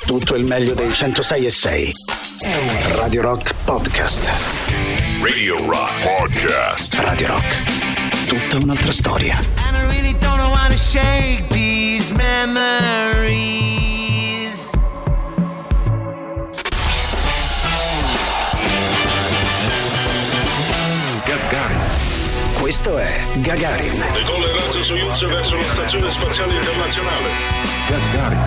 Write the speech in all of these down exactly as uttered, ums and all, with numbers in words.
tutto il meglio dei centosei e sei. Radio Rock Podcast. Radio Rock Podcast. Radio Rock. Tutta un'altra storia. And I really don't wanna shake these memories. Gagarin. Questo è Gagarin. Decolla il razzo Soyuz verso la stazione spaziale internazionale. Gagarin.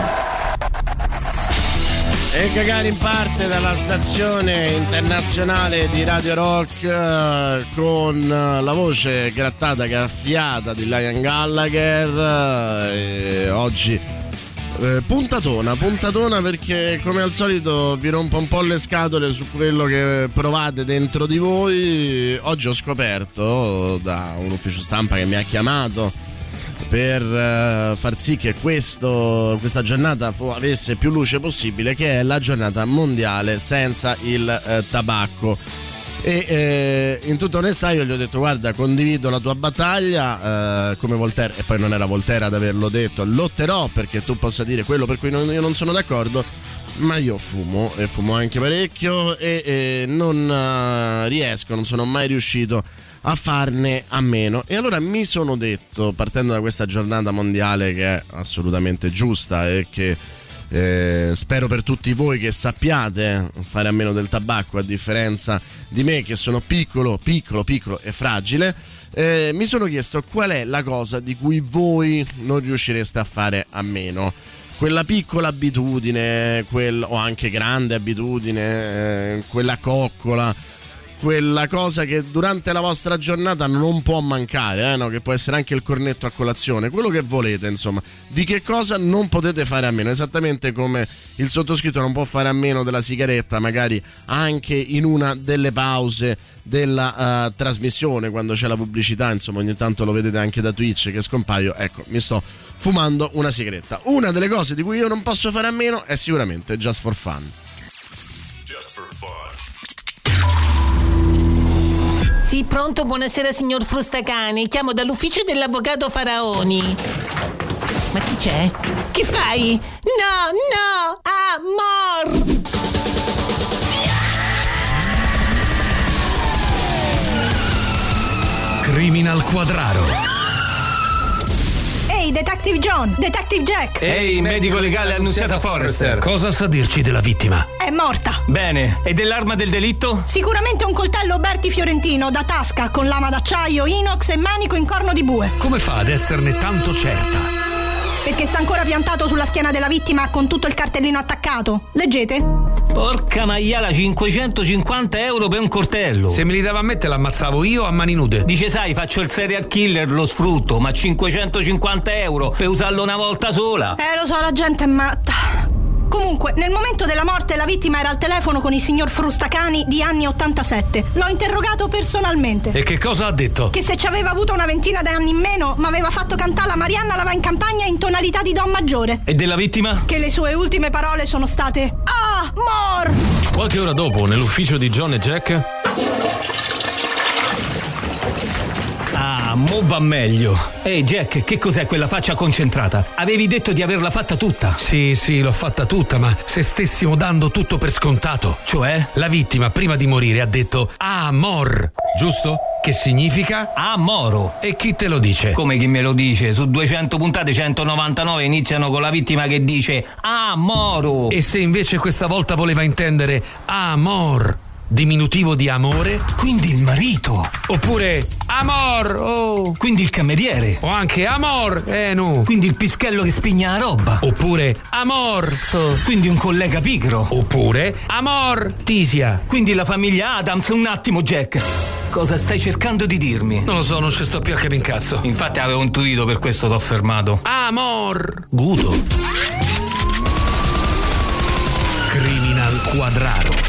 E Gagarin parte dalla stazione internazionale di Radio Rock eh, con eh, la voce grattata, graffiata di Liam Gallagher. eh, e oggi eh, puntatona, puntatona perché come al solito vi rompo un po' le scatole su quello che provate dentro di voi. Oggi ho scoperto da un ufficio stampa che mi ha chiamato per uh, far sì che questo, questa giornata fu, avesse più luce possibile, che è la giornata mondiale senza il uh, tabacco. E eh, in tutta onestà io gli ho detto: guarda, condivido la tua battaglia, eh, come Voltaire, e poi non era Voltaire ad averlo detto, lotterò perché tu possa dire quello per cui non, io non sono d'accordo, ma io fumo e fumo anche parecchio e, e non uh, riesco, non sono mai riuscito a farne a meno. E allora mi sono detto, partendo da questa giornata mondiale che è assolutamente giusta e che eh, spero per tutti voi che sappiate fare a meno del tabacco, a differenza di me che sono piccolo, piccolo, piccolo e fragile, eh, mi sono chiesto qual è la cosa di cui voi non riuscireste a fare a meno. Quella piccola abitudine, quel, o anche grande abitudine, eh, quella coccola, quella cosa che durante la vostra giornata non può mancare, eh, no? Che può essere anche il cornetto a colazione, quello che volete, insomma. Di che cosa non potete fare a meno? Esattamente come il sottoscritto non può fare a meno della sigaretta, magari anche in una delle pause della uh, trasmissione, quando c'è la pubblicità, insomma, ogni tanto lo vedete anche da Twitch che scompaio. Ecco, mi sto fumando una sigaretta. Una delle cose di cui io non posso fare a meno è sicuramente Just for Fun. Just for fun. Sì, pronto, buonasera signor Frustacani, chiamo dall'ufficio dell'avvocato Faraoni. Ma chi c'è? Che fai? No, no, amor! Criminal Quadraro. Ehi, Detective John, Detective Jack. Ehi, medico legale Annunziata Forrester. Cosa sa dirci della vittima? È morta. Bene, e dell'arma del delitto? Sicuramente un coltello Berti Fiorentino da tasca con lama d'acciaio, inox e manico in corno di bue. Come fa ad esserne tanto certa? Perché sta ancora piantato sulla schiena della vittima con tutto il cartellino attaccato. Leggete. Porca maiala, cinquecentocinquanta euro per un coltello. Se me li dava a me te l'ammazzavo io a mani nude. Dice, sai, faccio il serial killer, lo sfrutto, ma cinquecentocinquanta euro per usarlo una volta sola. Eh, lo so, la gente è matta. Comunque, nel momento della morte la vittima era al telefono con il signor Frustacani di anni ottantasette. L'ho interrogato personalmente. E che cosa ha detto? Che se ci aveva avuto una ventina di anni in meno, ma aveva fatto cantare la Marianna la va in campagna in tonalità di do maggiore. E della vittima? Che le sue ultime parole sono state amor! Qualche ora dopo, nell'ufficio di John e Jack. Ah, mo va meglio. Ehi Jack, che cos'è quella faccia concentrata? Avevi detto di averla fatta tutta. Sì, sì, l'ho fatta tutta, ma se stessimo dando tutto per scontato. Cioè? La vittima, prima di morire, ha detto amor, giusto? Che significa? Amoro. E chi te lo dice? Come chi me lo dice? Su duecento puntate centonovantanove iniziano con la vittima che dice amoro. E se invece questa volta voleva intendere amor, diminutivo di amore? Quindi il marito. Oppure amor, oh. Quindi il cameriere. O anche amor, eh no. Quindi il pischello che spigna la roba. Oppure amor, so. Quindi un collega pigro. Oppure amor, tisia. Quindi la famiglia Adams. Un attimo Jack, cosa stai cercando di dirmi? Non lo so, non ci sto più a che mi incazzo. Infatti avevo intuito, per questo t'ho fermato. Amor, Gudo. Criminal Quadraro.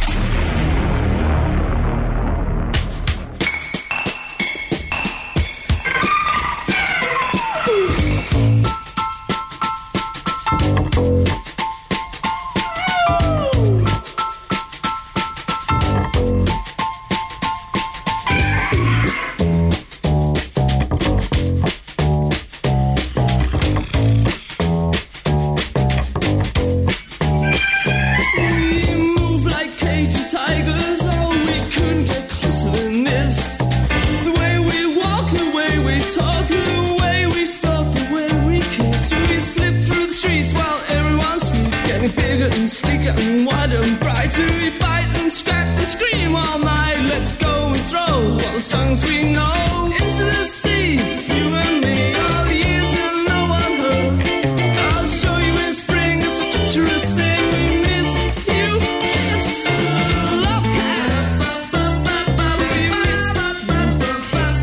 getting bigger and sleeker and wider and brighter. We bite and scratch and scream all night. Let's go and throw all the songs we know into the sea. You and me, all the years that no one heard. I'll show you in spring, it's a treacherous thing. We miss you, yes. Love cats. We miss love cats.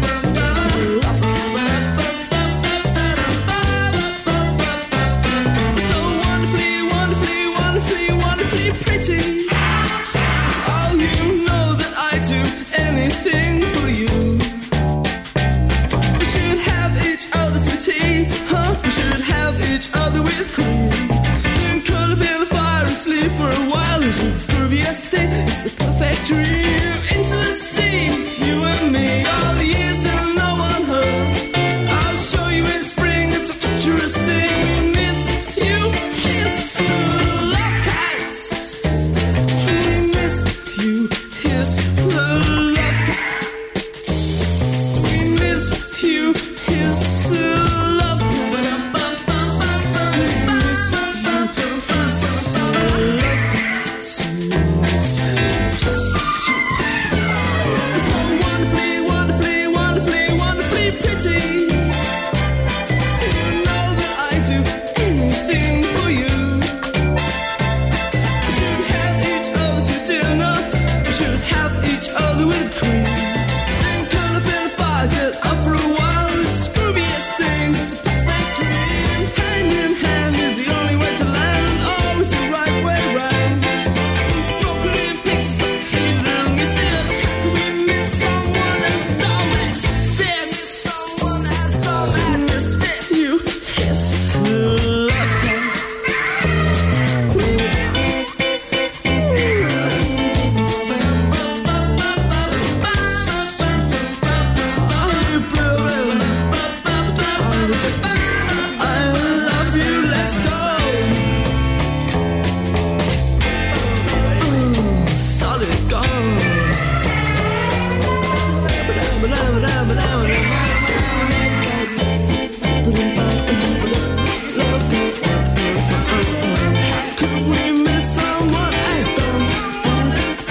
So wonderfully, wonderfully, wonderfully, wonderfully pretty. Oh, you know that I do anything for you. We should have each other to tea, huh? We should have each other with cream. Then curl up in the fire and sleep for a while. It's the grooviest thing, it's the perfect dream. Into the sea, you and me, all the years that no one heard. I'll show you in spring, it's a treacherous thing. We miss you, kiss, love cats. We miss you, kiss, the love cats. We miss you, kiss, the love cats. We miss you, kiss, the love cats. So wonderfully, wonderfully, wonderfully, wonderfully pretty. You know that I do anything for you. We should have each other to dinner. We should have each other with cream. Then curl up in the fire, get up for a while. It's the grooviest thing, it's a perfect dream. Hand in hand is the only way to land, always the right way round. Broken in pieces like hidden misses. We miss someone as dumb as this. Someone as dumb as this. You kiss love cats. I love you, let's go. Ooh, solid gold. Could we miss someone as dumb as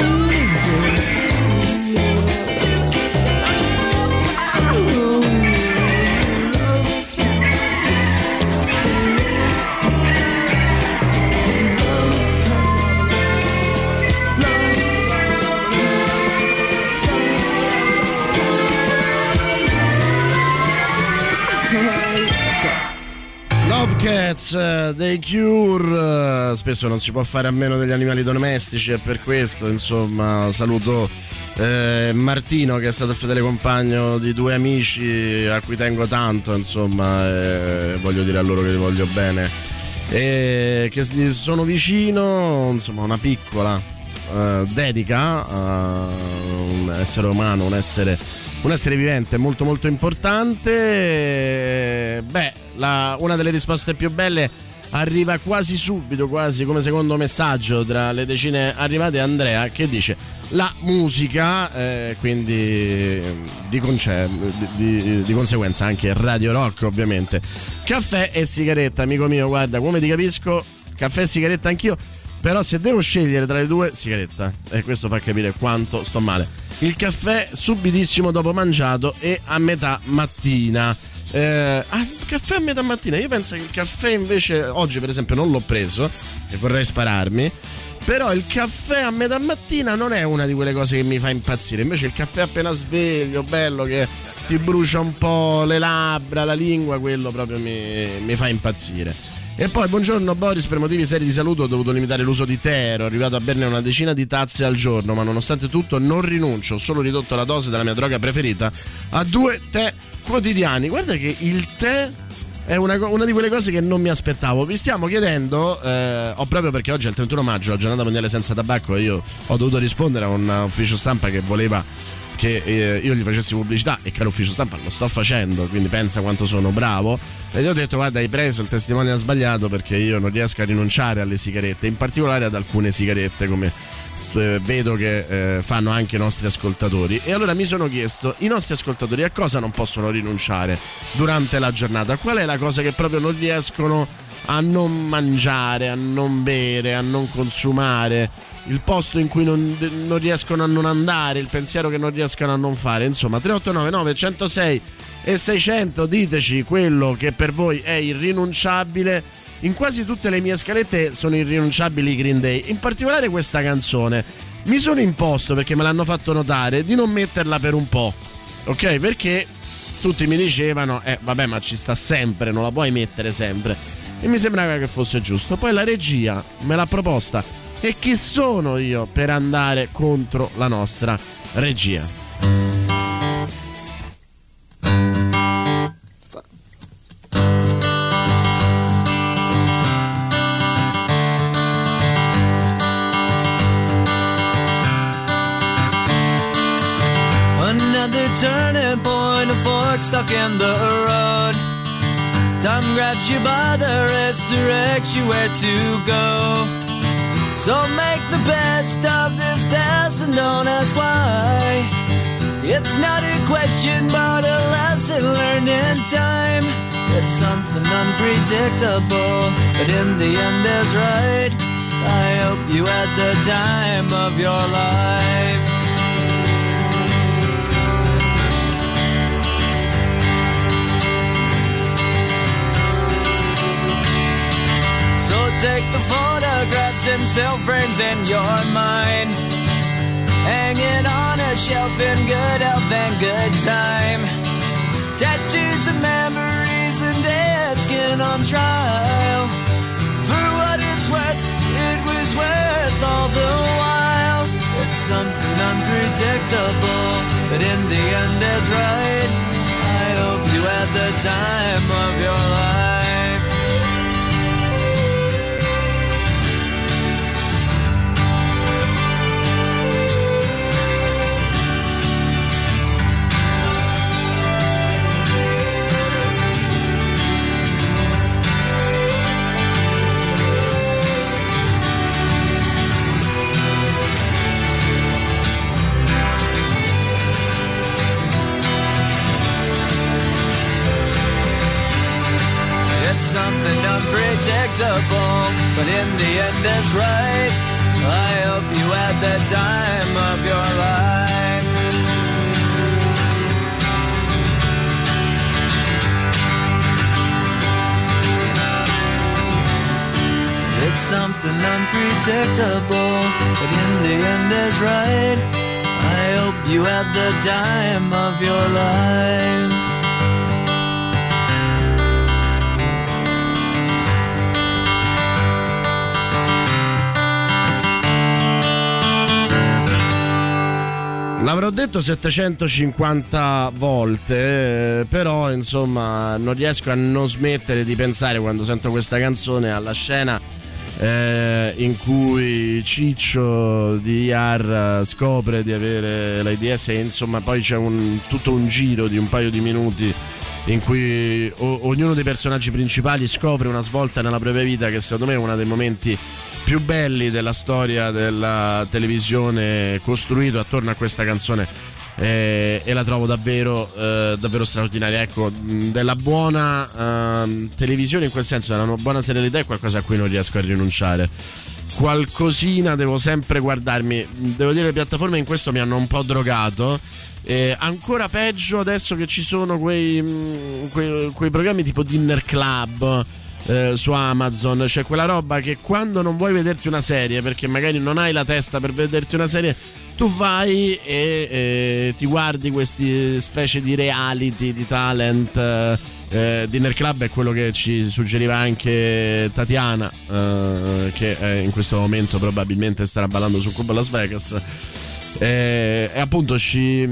Love Cats uh, dei Cure. Uh, spesso non si può fare a meno degli animali domestici e per questo insomma saluto eh, Martino, che è stato il fedele compagno di due amici a cui tengo tanto, insomma, eh, voglio dire a loro che li voglio bene e che gli sono vicino, insomma, una piccola uh, dedica a un essere umano, un essere un essere vivente molto molto importante. Beh, la, una delle risposte più belle arriva quasi subito, quasi come secondo messaggio tra le decine arrivate. Andrea che dice la musica, eh, quindi di, conce- di, di, di conseguenza anche Radio Rock, ovviamente. Caffè e sigaretta, amico mio, guarda, come ti capisco, caffè e sigaretta anch'io, però se devo scegliere tra le due, sigaretta, e questo fa capire quanto sto male. Il caffè subitissimo dopo mangiato e a metà mattina. Eh, ah, il caffè a metà mattina. Io penso che il caffè invece oggi per esempio non l'ho preso e vorrei spararmi, però il caffè a metà mattina non è una di quelle cose che mi fa impazzire. Invece il caffè appena sveglio, bello, che ti brucia un po' le labbra, la lingua, quello proprio mi, mi fa impazzire. E poi buongiorno Boris, per motivi seri di salute ho dovuto limitare l'uso di tè, ero arrivato a berne una decina di tazze al giorno, ma nonostante tutto non rinuncio, ho solo ridotto la dose della mia droga preferita a due tè quotidiani. Guarda che il tè è una, una di quelle cose che non mi aspettavo. Vi stiamo chiedendo, eh, o proprio perché oggi è il trentuno maggio, la giornata mondiale senza tabacco, e io ho dovuto rispondere a un ufficio stampa che voleva che eh, io gli facessi pubblicità, e caro ufficio stampa lo sto facendo, quindi pensa quanto sono bravo. E gli ho detto guarda, hai preso il testimone sbagliato, perché io non riesco a rinunciare alle sigarette, in particolare ad alcune sigarette, come eh, vedo che eh, fanno anche i nostri ascoltatori. E allora mi sono chiesto, i nostri ascoltatori a cosa non possono rinunciare durante la giornata? Qual è la cosa che proprio non riescono a non mangiare, a non bere, a non consumare, il posto in cui non, non riescono a non andare, il pensiero che non riescono a non fare. Insomma, tre otto nove nove uno zero sei e seicento, diteci quello che per voi è irrinunciabile. In quasi tutte le mie scalette sono irrinunciabili i Green Day, in particolare questa canzone. Mi sono imposto, perché me l'hanno fatto notare, di non metterla per un po', ok? Perché tutti mi dicevano, eh vabbè, ma ci sta sempre, non la puoi mettere sempre. E mi sembrava che fosse giusto. Poi la regia me l'ha proposta. E chi sono io per andare contro la nostra regia? Another turning point, a fork stuck in the road. Time grabs you by the wrist, directs you where to go. So make the best of this test and don't ask why. It's not a question but a lesson learned in time. It's something unpredictable, but in the end is right. I hope you had the time of your life. So take the photographs and still frames in your mind, hanging on a shelf in good health and good time. Tattoos and memories and dead skin on trial. For what it's worth, it was worth all the while. It's something unpredictable, but in the end is right. I hope you had the time of your life. Something unpredictable, but in the end it's right. I hope you had the time of your life. It's something unpredictable, but in the end is right. I hope you had the time of your life. L'avrò detto settecentocinquanta volte, eh, però insomma non riesco a non smettere di pensare, quando sento questa canzone, alla scena eh, in cui Ciccio di I A R scopre di avere l'AIDS e insomma poi c'è un, tutto un giro di un paio di minuti in cui o, ognuno dei personaggi principali scopre una svolta nella propria vita, che secondo me è uno dei momenti più belli della storia della televisione costruito attorno a questa canzone, eh, e la trovo davvero eh, davvero straordinaria. Ecco, della buona eh, televisione, in quel senso, della buona serialità, è qualcosa a cui non riesco a rinunciare. Qualcosina devo sempre guardarmi. Devo dire, le piattaforme in questo mi hanno un po' drogato. Eh, ancora peggio adesso che ci sono quei, quei, quei programmi tipo Dinner Club eh, su Amazon, cioè quella roba che quando non vuoi vederti una serie, perché magari non hai la testa per vederti una serie, tu vai e eh, ti guardi questi specie di reality, di talent. eh, Dinner Club è quello che ci suggeriva anche Tatiana, eh, che eh, in questo momento probabilmente starà ballando su Club Las Vegas. E, e appunto ci,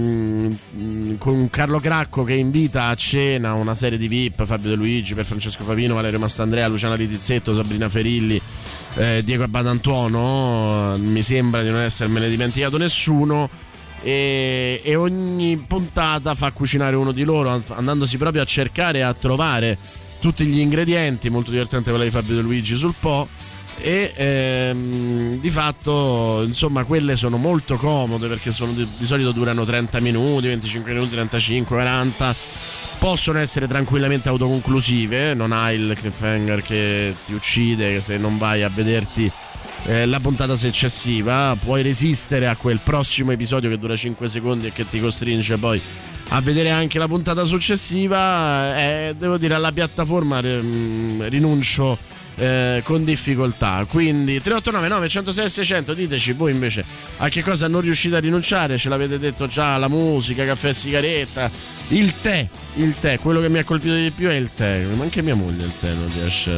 mh, con Carlo Cracco che invita a cena una serie di V I P, Fabio De Luigi, per Francesco Favino, Valerio Mastandrea, Luciana Litizzetto, Sabrina Ferilli, eh, Diego Abadantuono, mi sembra di non essermene dimenticato nessuno, e, e ogni puntata fa cucinare uno di loro, andandosi proprio a cercare e a trovare tutti gli ingredienti. Molto divertente quella di Fabio De Luigi sul Po. E ehm, di fatto insomma quelle sono molto comode, perché sono di, di solito durano trenta minuti, venticinque minuti, trentacinque, quaranta, possono essere tranquillamente autoconclusive, non hai il cliffhanger che ti uccide se non vai a vederti eh, la puntata successiva, puoi resistere a quel prossimo episodio che dura cinque secondi e che ti costringe poi a vedere anche la puntata successiva. Eh, devo dire, alla piattaforma eh, rinuncio eh, con difficoltà, quindi tre otto nove nove uno zero sei sei zero zero, diteci voi invece a che cosa non riuscite a rinunciare. Ce l'avete detto già, la musica, caffè e sigaretta, il tè, il tè, quello che mi ha colpito di più è il tè, ma anche mia moglie il tè non riesce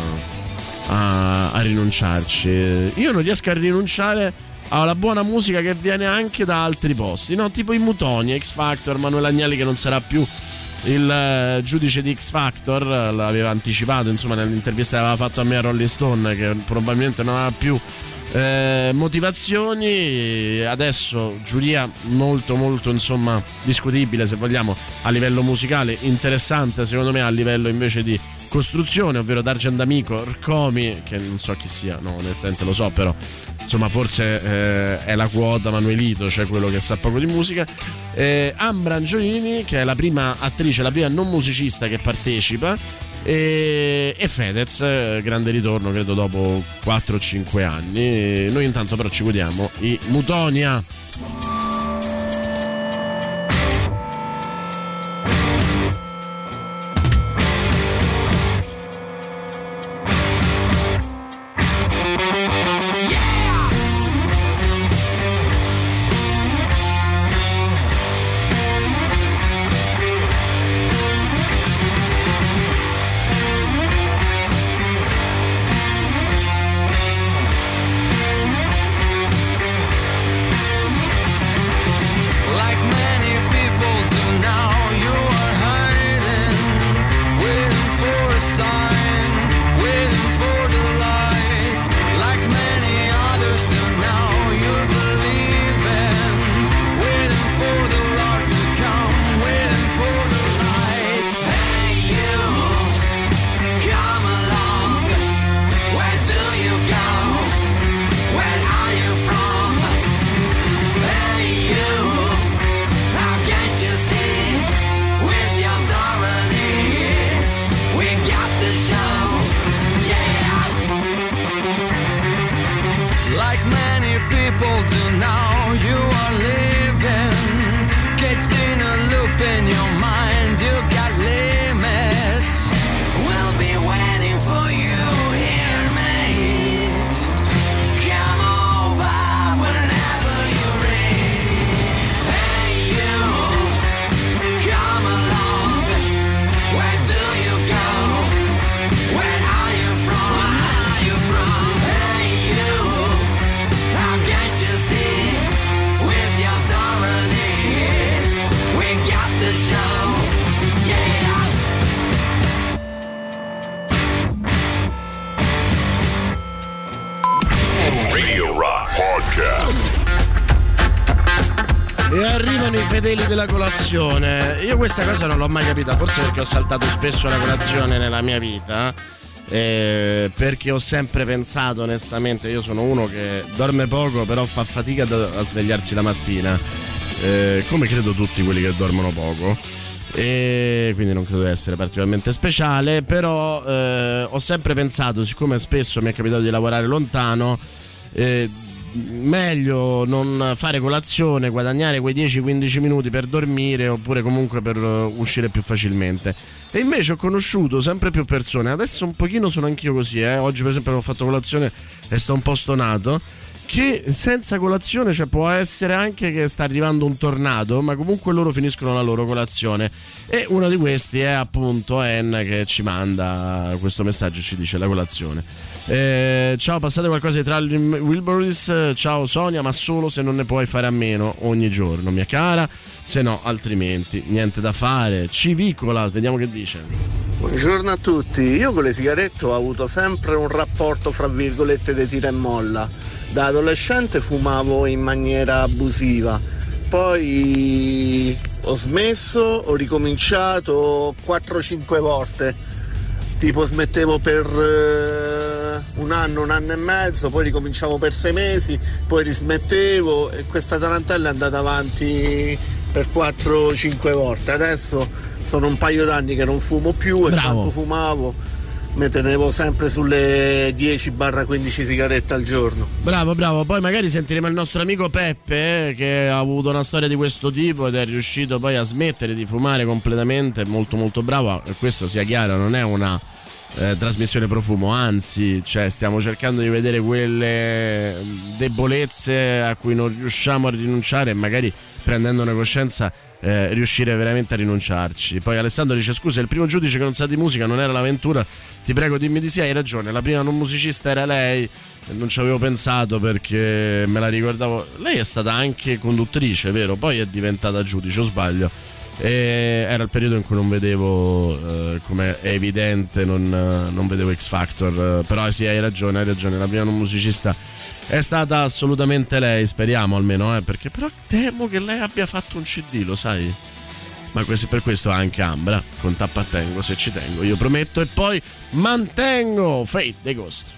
a, a rinunciarci. Io non riesco a rinunciare alla buona musica che viene anche da altri posti, no? Tipo i Mutoni, X Factor, Manuel Agnelli che non sarà più il uh, giudice di X Factor, l'aveva anticipato insomma nell'intervista che aveva fatto a me a Rolling Stone, che probabilmente non aveva più eh, motivazioni. Adesso giuria molto molto insomma discutibile, se vogliamo, a livello musicale, interessante secondo me a livello invece di costruzione, ovvero D'Argent Amico, Rcomi, che non so chi sia, no, onestamente lo so, però insomma forse eh, è la quota Manuelito, cioè quello che sa poco di musica, eh, Ambra Angiolini, che è la prima attrice, la prima non musicista che partecipa, e, e Fedez, grande ritorno credo dopo quattro o cinque anni. Noi intanto però ci godiamo i Mutonia. E arrivano i fedeli della colazione. Io questa cosa non l'ho mai capita, forse perché ho saltato spesso la colazione nella mia vita, eh, perché ho sempre pensato, onestamente, io sono uno che dorme poco però fa fatica a svegliarsi la mattina, eh, come credo tutti quelli che dormono poco, e quindi non credo di essere particolarmente speciale, però eh, ho sempre pensato, siccome spesso mi è capitato di lavorare lontano, eh, meglio non fare colazione, guadagnare quei dieci quindici minuti per dormire, oppure comunque per uscire più facilmente. E invece ho conosciuto sempre più persone, adesso un pochino sono anch'io così, eh. Oggi per esempio ho fatto colazione e sto un po' stonato, che senza colazione, cioè può essere anche che sta arrivando un tornado, ma comunque loro finiscono la loro colazione. E uno di questi è appunto N, che ci manda questo messaggio e ci dice la colazione. Eh, ciao, passate qualcosa di tra Wilburys. Ciao Sonia, ma solo se non ne puoi fare a meno ogni giorno, mia cara, se no altrimenti niente da fare. Civicola, vediamo che dice. Buongiorno a tutti. Io con le sigarette ho avuto sempre un rapporto fra virgolette di tira e molla. Da adolescente fumavo in maniera abusiva, poi ho smesso, ho ricominciato quattro cinque volte, tipo smettevo per uh, un anno, un anno e mezzo, poi ricominciavo per sei mesi, poi rismettevo, e questa tarantella è andata avanti per quattro cinque volte. Adesso sono un paio d'anni che non fumo più e Bravo. quando fumavo mi tenevo sempre sulle dieci quindici sigarette al giorno. Bravo, bravo. Poi magari sentiremo il nostro amico Peppe, eh, che ha avuto una storia di questo tipo ed è riuscito poi a smettere di fumare completamente. Molto molto bravo. E questo, sia chiaro, non è una eh, trasmissione profumo, anzi, cioè, stiamo cercando di vedere quelle debolezze a cui non riusciamo a rinunciare e magari, prendendone coscienza, Eh, riuscire veramente a rinunciarci. Poi Alessandro dice: scusa, il primo giudice che non sa di musica non era l'Aventura, ti prego dimmi di sì. Hai ragione, la prima non musicista era lei, non ci avevo pensato perché me la ricordavo. Lei è stata anche conduttrice, vero? Poi è diventata giudice, o sbaglio? E era il periodo in cui non vedevo, eh, come è evidente, non, non vedevo X Factor, però sì, hai ragione, hai ragione, la prima non musicista è stata assolutamente lei, speriamo almeno, eh, perché però temo che lei abbia fatto un C D, lo sai? Ma questo, per questo anche Ambra con T'appartengo, se ci tengo, io prometto, e poi mantengo Fate dei Ghost.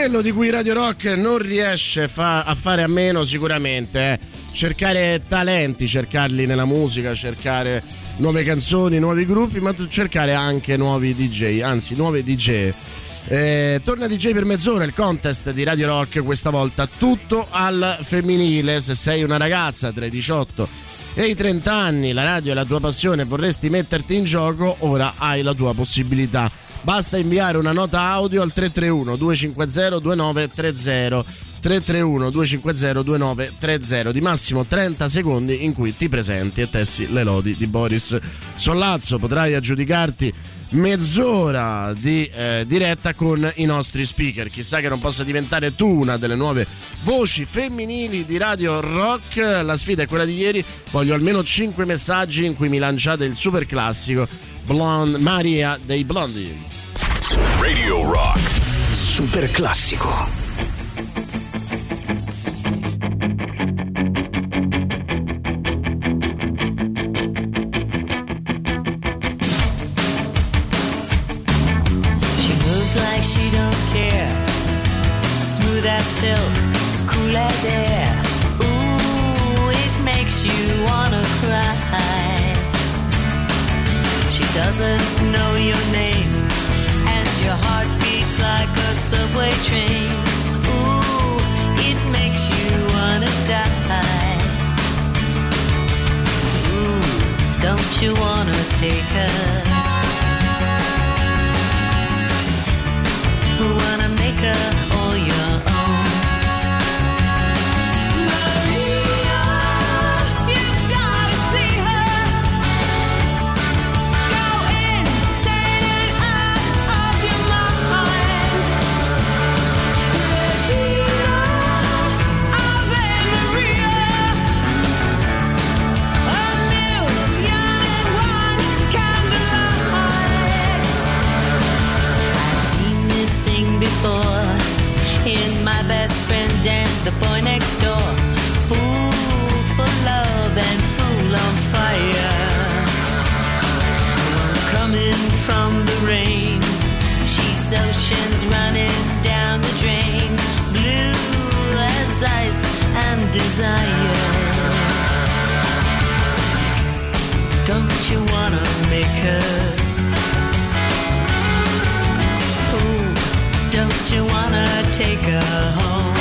quello di cui Radio Rock non riesce fa- a fare a meno sicuramente è cercare talenti, cercarli nella musica, cercare nuove canzoni, nuovi gruppi, ma cercare anche nuovi D J, anzi nuove D J. Eh, torna D J per mezz'ora, il contest di Radio Rock, questa volta tutto al femminile. Se sei una ragazza tra i diciotto e i trenta anni, la radio è la tua passione e vorresti metterti in gioco, ora hai la tua possibilità. Basta inviare una nota audio al tre tre uno due cinque zero due nove tre zero tre tre uno due cinque zero due nove tre zero di massimo trenta secondi in cui ti presenti e tessi le lodi di Boris Sollazzo. Potrai aggiudicarti mezz'ora di eh, diretta con i nostri speaker. Chissà che non possa diventare tu una delle nuove voci femminili di Radio Rock. La sfida è quella di ieri. Voglio almeno cinque messaggi in cui mi lanciate il super classico Blonde Maria dei Blondie. Radio Rock Super classico. Like she don't care, smooth as silk, cool as air. Ooh, it makes you wanna cry. She doesn't know your name, and your heart beats like a subway train. Ooh, it makes you wanna die. Ooh, don't you wanna take her? Who wanna make her all your own? Maria, you've gotta see her. Go insane and out of your mind. Regina, Ave Maria. A million and one candlelights. I've seen this thing before in my best friend and the boy next door. Fool for love and fool on fire. Coming from the rain, she's oceans running down the drain. Blue as ice and desire. Don't you wanna make her? Don't you wanna take her home?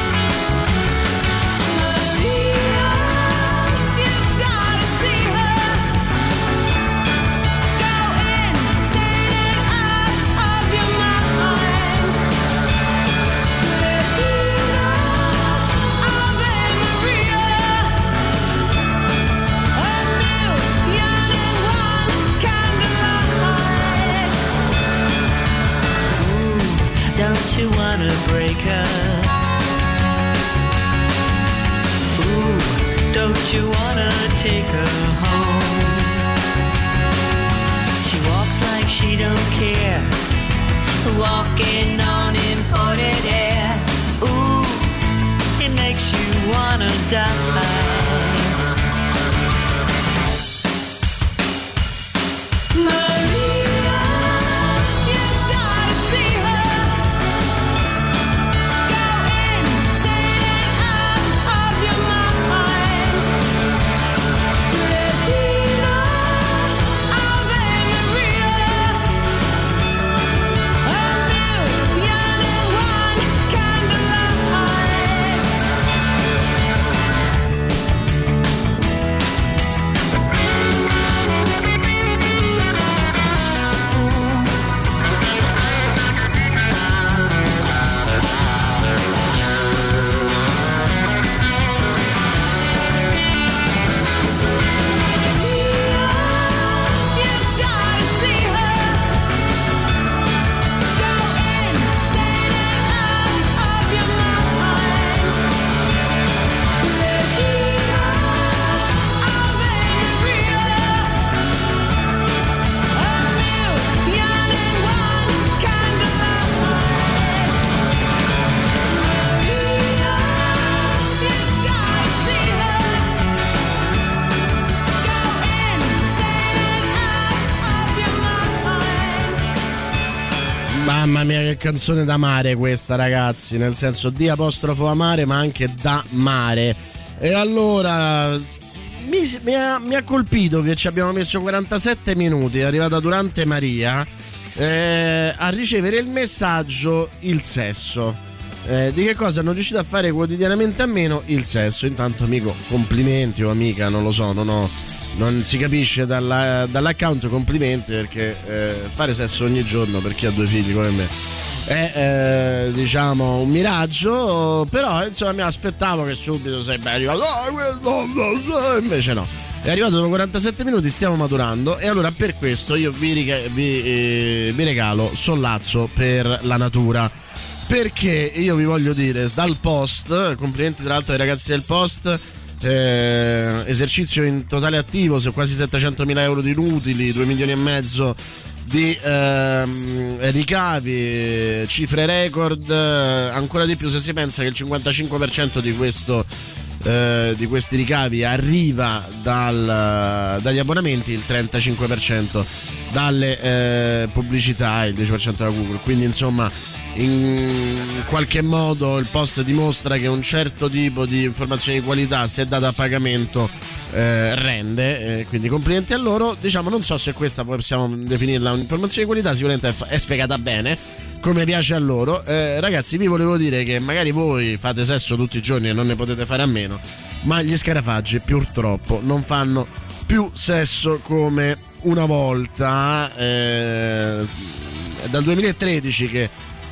Maria, you've gotta see her. Go insane and out of your mind. Regina, Ave Maria. A million and one candlelights. Don't you wanna break her? Ooh, don't you wanna take her home? She walks like she don't care, walking on imported air. Ooh, it makes you wanna die. che canzone da mare questa, ragazzi, nel senso di apostrofo amare, ma anche da mare. E allora mi, mi, ha, mi ha colpito che ci abbiamo messo quarantasette minuti, è arrivata durante Maria eh, a ricevere il messaggio il sesso. Eh, di che cosa non riuscite a fare quotidianamente a meno? Il sesso. Intanto, amico, complimenti, o amica, non lo so, non ho, non si capisce dalla, dall'account, complimenti, perché eh, fare sesso ogni giorno per chi ha due figli come me è eh, diciamo un miraggio, però insomma mi aspettavo che subito sarebbe arrivato, oh, invece no, è arrivato dopo quarantasette minuti, stiamo maturando, e allora per questo io vi, riga- vi, eh, vi regalo Sollazzo per la natura. Perché io vi voglio dire, dal Post, complimenti tra l'altro ai ragazzi del Post, eh, esercizio in totale attivo su quasi settecentomila euro di utili, due milioni e mezzo di ehm, ricavi, cifre record, eh, ancora di più se si pensa che il cinquantacinque per cento di questo eh, di questi ricavi arriva dal, dagli abbonamenti, il trentacinque per cento dalle eh, pubblicità e il dieci per cento da Google, quindi insomma in qualche modo il Post dimostra che un certo tipo di informazione di qualità, se è data a pagamento, eh, rende, eh, quindi complimenti a loro. Diciamo, non so se questa possiamo definirla un'informazione di qualità, sicuramente è, f- è spiegata bene, come piace a loro. eh, ragazzi, vi volevo dire che magari voi fate sesso tutti i giorni e non ne potete fare a meno, ma gli scarafaggi purtroppo non fanno più sesso come una volta. eh, è dal duemilatredici che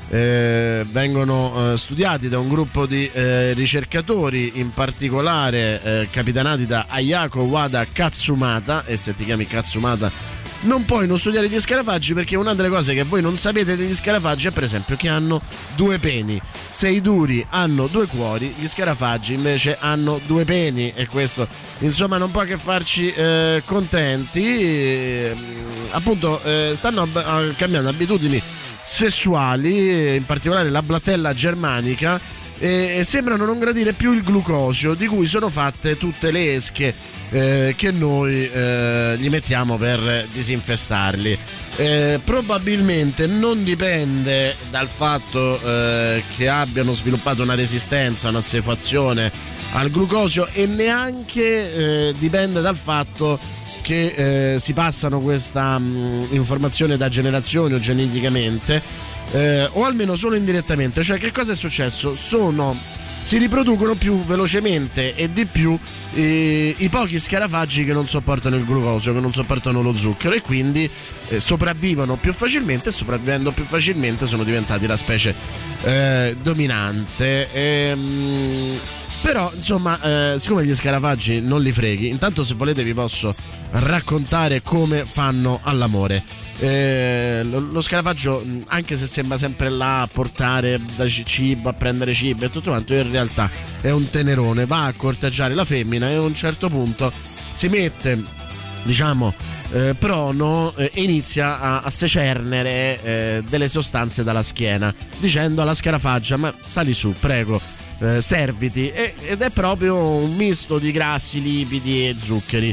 Eh, vengono eh, studiati da un gruppo di eh, ricercatori, in particolare eh, capitanati da Ayako Wada Katsumata. E se ti chiami Katsumata non puoi non studiare gli scarafaggi, perché una delle cose che voi non sapete degli scarafaggi è per esempio che hanno due peni. Se i duri hanno due cuori, gli scarafaggi invece hanno due peni, e questo insomma non può che farci eh, contenti. E, appunto eh, stanno ab- cambiando abitudini sessuali, in particolare la blattella germanica, e sembrano non gradire più il glucosio di cui sono fatte tutte le esche eh, che noi eh, gli mettiamo per disinfestarli. Eh, probabilmente non dipende dal fatto eh, che abbiano sviluppato una resistenza, un'assuefazione al glucosio, e neanche eh, dipende dal fatto che eh, si passano questa mh, informazione da generazioni o geneticamente, eh, o almeno solo indirettamente. Cioè, che cosa è successo? Sono si riproducono più velocemente e di più eh, i pochi scarafaggi che non sopportano il glucosio, che non sopportano lo zucchero, e quindi eh, sopravvivono più facilmente, e sopravvivendo più facilmente sono diventati la specie eh, dominante. Ehm, Però insomma, eh, siccome gli scarafaggi non li freghi, intanto se volete vi posso raccontare come fanno all'amore. Eh, lo, lo scarafaggio, anche se sembra sempre là a portare da cibo, a prendere cibo e tutto quanto, in realtà è un tenerone, va a corteggiare la femmina e a un certo punto si mette, diciamo, eh, prono eh, e inizia a, a secernere eh, delle sostanze dalla schiena, dicendo alla scarafaggia: ma sali su, prego, Eh, serviti, e, ed è proprio un misto di grassi, lipidi e zuccheri.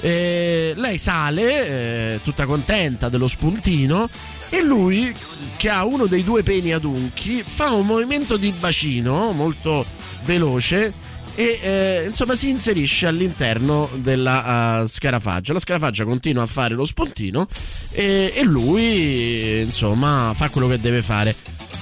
E lei sale eh, tutta contenta dello spuntino, e lui, che ha uno dei due peni adunchi, fa un movimento di bacino molto veloce e eh, insomma si inserisce all'interno della uh, scarafaggia. La scarafaggia continua a fare lo spuntino e, e lui insomma fa quello che deve fare.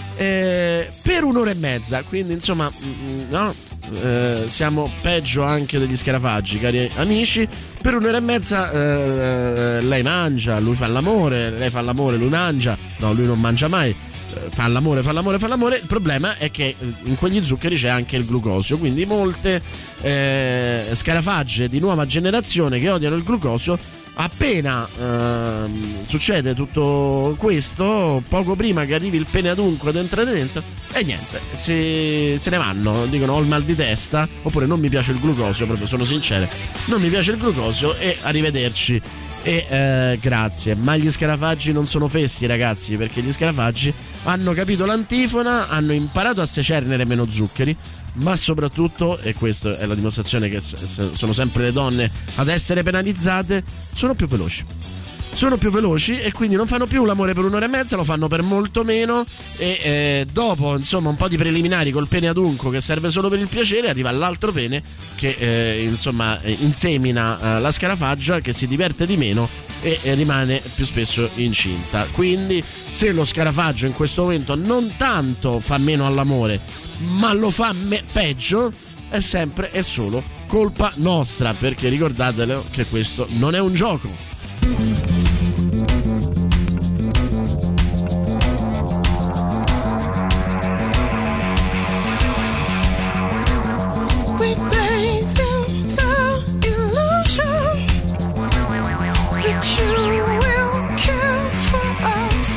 Eh, per un'ora e mezza, quindi insomma no, eh, siamo peggio anche degli scarafaggi, cari amici. Per un'ora e mezza eh, lei mangia, lui fa l'amore, lei fa l'amore, lui mangia, no, lui non mangia mai, eh, fa l'amore, fa l'amore, fa l'amore. Il problema è che in quegli zuccheri c'è anche il glucosio, quindi molte eh, scarafagge di nuova generazione che odiano il glucosio, appena ehm, succede tutto questo, poco prima che arrivi il pene adunco ad entrare dentro, e niente, se, se ne vanno, dicono: ho il mal di testa, oppure non mi piace il glucosio, proprio sono sincere, non mi piace il glucosio, e arrivederci e eh, grazie. Ma gli scarafaggi non sono fessi, ragazzi, perché gli scarafaggi hanno capito l'antifona, hanno imparato a secernere meno zuccheri, ma soprattutto, e questa è la dimostrazione che sono sempre le donne ad essere penalizzate, sono più veloci. sono più veloci e quindi non fanno più l'amore per un'ora e mezza, lo fanno per molto meno e eh, dopo insomma un po' di preliminari col pene adunco che serve solo per il piacere, arriva l'altro pene che eh, insomma insemina eh, la scarafaggio, che si diverte di meno e eh, rimane più spesso incinta. Quindi se lo scarafaggio in questo momento non tanto fa meno all'amore ma lo fa me- peggio, è sempre e solo colpa nostra, perché ricordatelo che questo non è un gioco. We bathe in the illusion that you will care for us.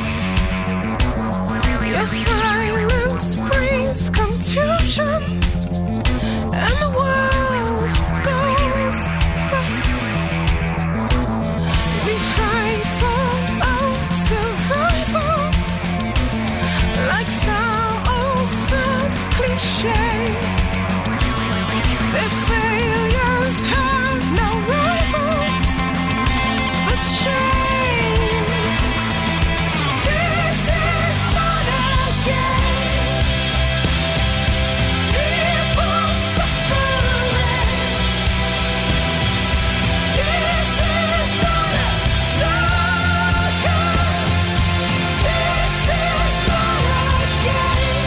Your silence breeds confusion, and the world goes bust. We fight for our survival, like some old sad cliche. Their failures have no rivals but shame. This is not a game. People suffering. This is not a circus. This is not a game.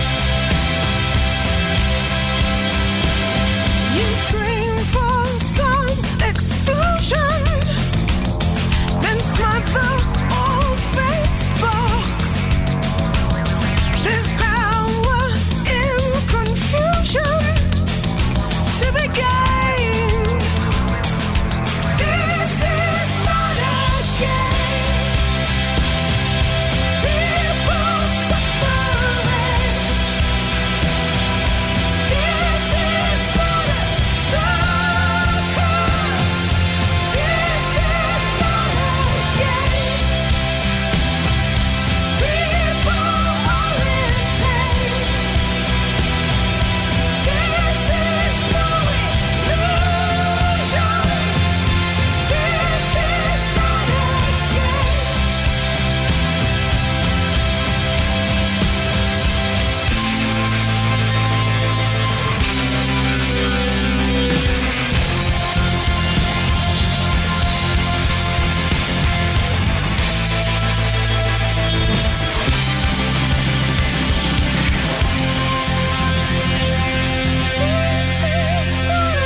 You scream for some explosion, then smother all fate's box. There's power in confusion to be gained. This is not a game. People suffering. This is not a circus. This is not a game. People are in pain. This is no illusion. This is not a game. This is not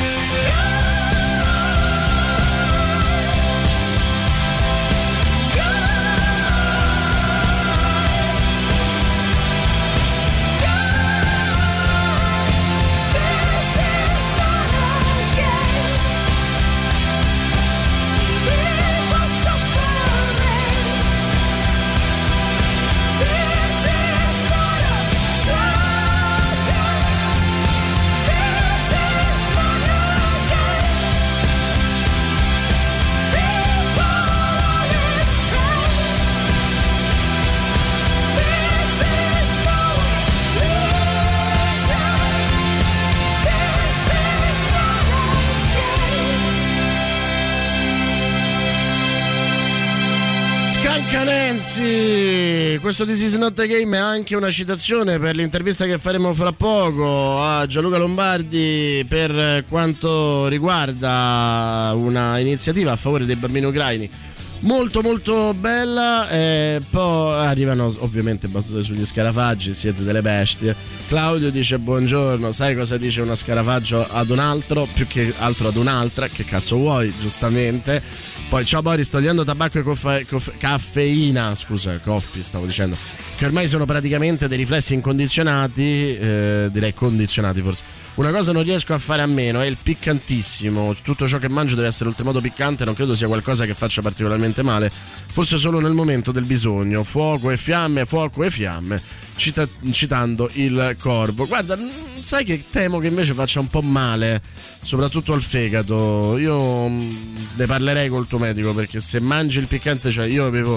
Canensi, questo This Is Not a Game è anche una citazione per l'intervista che faremo fra poco a Gianluca Lombardi per quanto riguarda una iniziativa a favore dei bambini ucraini molto molto bella. E poi arrivano ovviamente battute sugli scarafaggi, siete delle bestie. Claudio dice buongiorno, sai cosa dice uno scarafaggio ad un altro, più che altro ad un'altra, che cazzo vuoi, giustamente. Poi ciao Boris, togliendo tabacco e coffe, coffe, caffeina, scusa, coffee stavo dicendo, che ormai sono praticamente dei riflessi incondizionati, eh, direi condizionati forse. Una cosa non riesco a fare a meno è il piccantissimo. Tutto ciò che mangio deve essere oltremodo piccante, non credo sia qualcosa che faccia particolarmente male, forse solo nel momento del bisogno. Fuoco e fiamme, fuoco e fiamme, cita- citando il Corvo. Guarda, sai che temo che invece faccia un po' male, soprattutto al fegato. Io ne parlerei col tuo medico, perché se mangi il piccante, cioè io avevo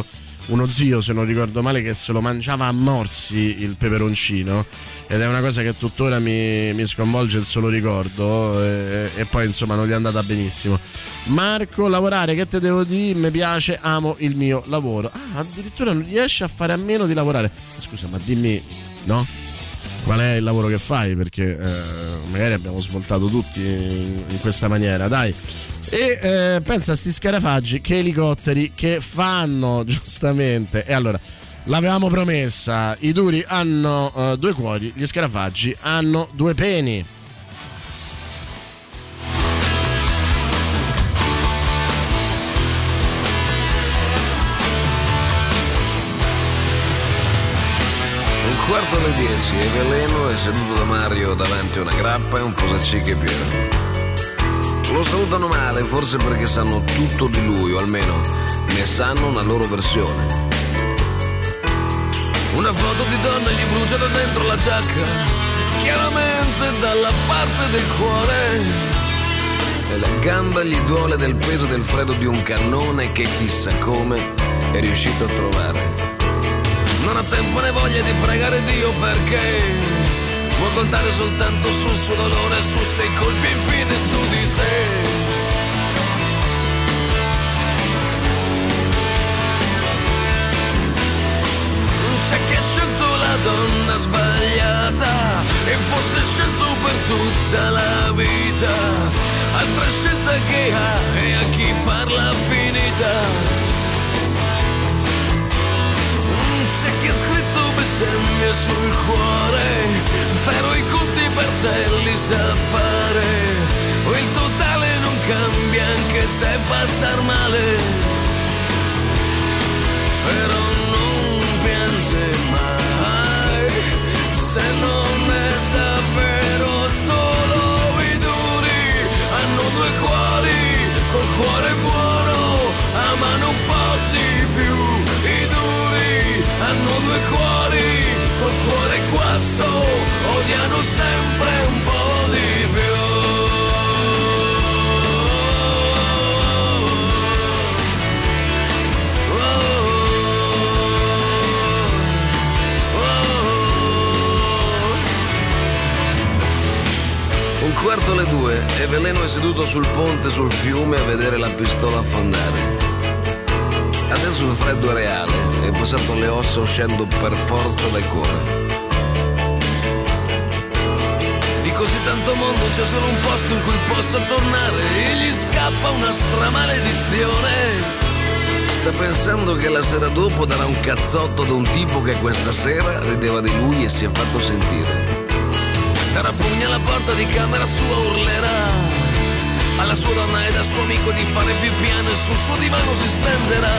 uno zio, se non ricordo male, che se lo mangiava a morsi il peperoncino, ed è una cosa che tuttora mi, mi sconvolge il solo ricordo, e, e poi insomma non gli è andata benissimo. Marco, lavorare, che te devo dire, mi piace, amo il mio lavoro. Ah, addirittura non riesce a fare a meno di lavorare. Scusa, ma dimmi, no? Qual è il lavoro che fai? Perché eh, magari abbiamo svoltato tutti in, in questa maniera, dai. E eh, pensa a sti scarafaggi, che elicotteri che fanno, giustamente. E allora, l'avevamo promessa, i duri hanno uh, due cuori, gli scarafaggi hanno due peni. Un quarto alle dieci e Veleno è seduto da Mario davanti a una grappa e un posacicche pieno. Lo salutano male, forse perché sanno tutto di lui, o almeno ne sanno una loro versione. Una foto di donna gli brucia da dentro la giacca, chiaramente dalla parte del cuore. E la gamba gli duole del peso del freddo di un cannone che chissà come è riuscito a trovare. Non ha tempo né voglia di pregare Dio perché può contare soltanto sul suo dolore, su sei colpi infine su di sé. C'è chi ha scelto la donna sbagliata e forse scelto per tutta la vita. Altra scelta che ha e a chi farla finita. C'è chi ha scritto bestemmie sul cuore, però i conti per sé li sa fare. O il totale non cambia anche se fa star male. Però non piange mai se non è davvero solo i duri. Hanno due cuori, col cuore buono, amano un po' di più. I duri hanno due cuori, col cuore guasto, odiano sempre un po' di più. Un quarto alle due e Veleno è seduto sul ponte sul fiume a vedere la pistola affondare. Adesso il freddo è reale, è passato alle ossa uscendo per forza dal cuore. Di così tanto mondo c'è solo un posto in cui possa tornare e gli scappa una stramaledizione. Sta pensando che la sera dopo darà un cazzotto ad un tipo che questa sera rideva di lui e si è fatto sentire. Darà pugna alla porta di camera sua, urlerà alla sua donna ed al suo amico di fare più piano e sul suo divano si stenderà.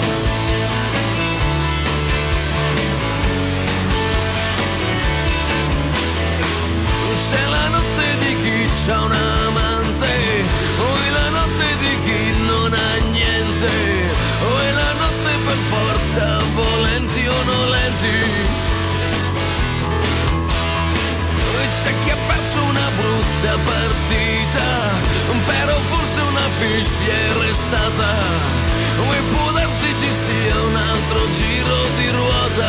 C'è la notte di chi c'ha un amante, o è la notte di chi non ha niente, o è la notte per forza, volenti o nolenti. C'è chi ha perso una brutta partita, però forse una fish gli è restata, e può darsi ci sia un altro giro di ruota.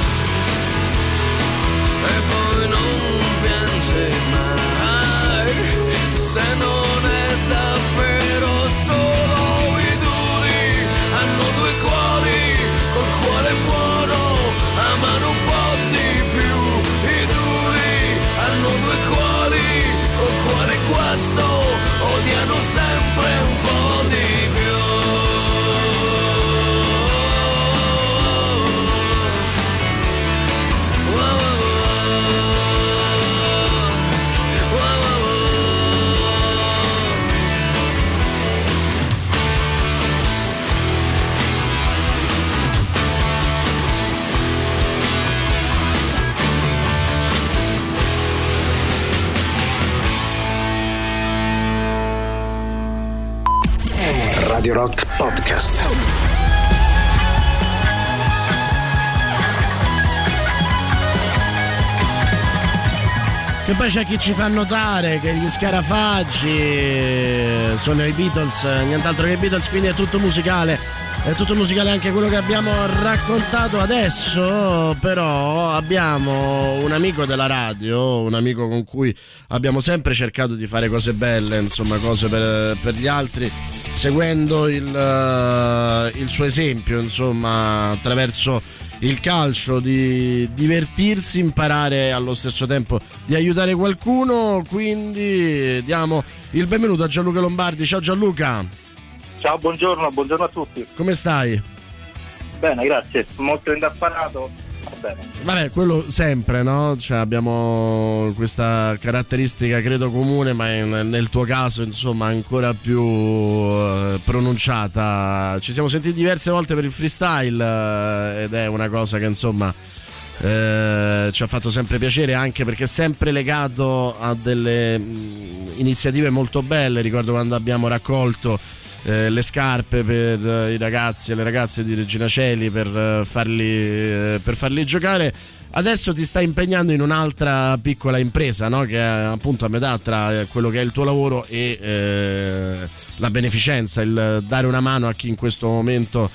E poi non piange mai se non è davvero solo i duri. Hanno due cuori, col cuore buono, amano un po' di più. I duri hanno due cuori, col cuore guasto, odiano sempre un po' di più. Radio Rock Podcast. Che poi c'è chi ci fa notare che gli Scarafaggi sono i Beatles, nient'altro che i Beatles, quindi è tutto musicale. È tutto musicale anche quello che abbiamo raccontato adesso, però abbiamo un amico della radio, un amico con cui abbiamo sempre cercato di fare cose belle, insomma cose per, per gli altri, seguendo il, uh, il suo esempio, insomma, attraverso il calcio, di divertirsi, imparare allo stesso tempo di aiutare qualcuno. Quindi diamo il benvenuto a Gianluca Lombardi. Ciao Gianluca. Ciao, buongiorno, buongiorno a tutti. Come stai? Bene, grazie, molto indaffarato. Va bene. Vabbè, quello sempre, no? Cioè abbiamo questa caratteristica credo comune, ma in, nel tuo caso insomma ancora più uh, pronunciata. Ci siamo sentiti diverse volte per il freestyle uh, ed è una cosa che insomma uh, ci ha fatto sempre piacere, anche perché è sempre legato a delle mh, iniziative molto belle. Ricordo quando abbiamo raccolto Eh, le scarpe per eh, i ragazzi e le ragazze di Regina Coeli per, eh, farli, eh, per farli giocare. Adesso ti stai impegnando in un'altra piccola impresa, no? Che è appunto a metà tra quello che è il tuo lavoro e eh, la beneficenza, il dare una mano a chi in questo momento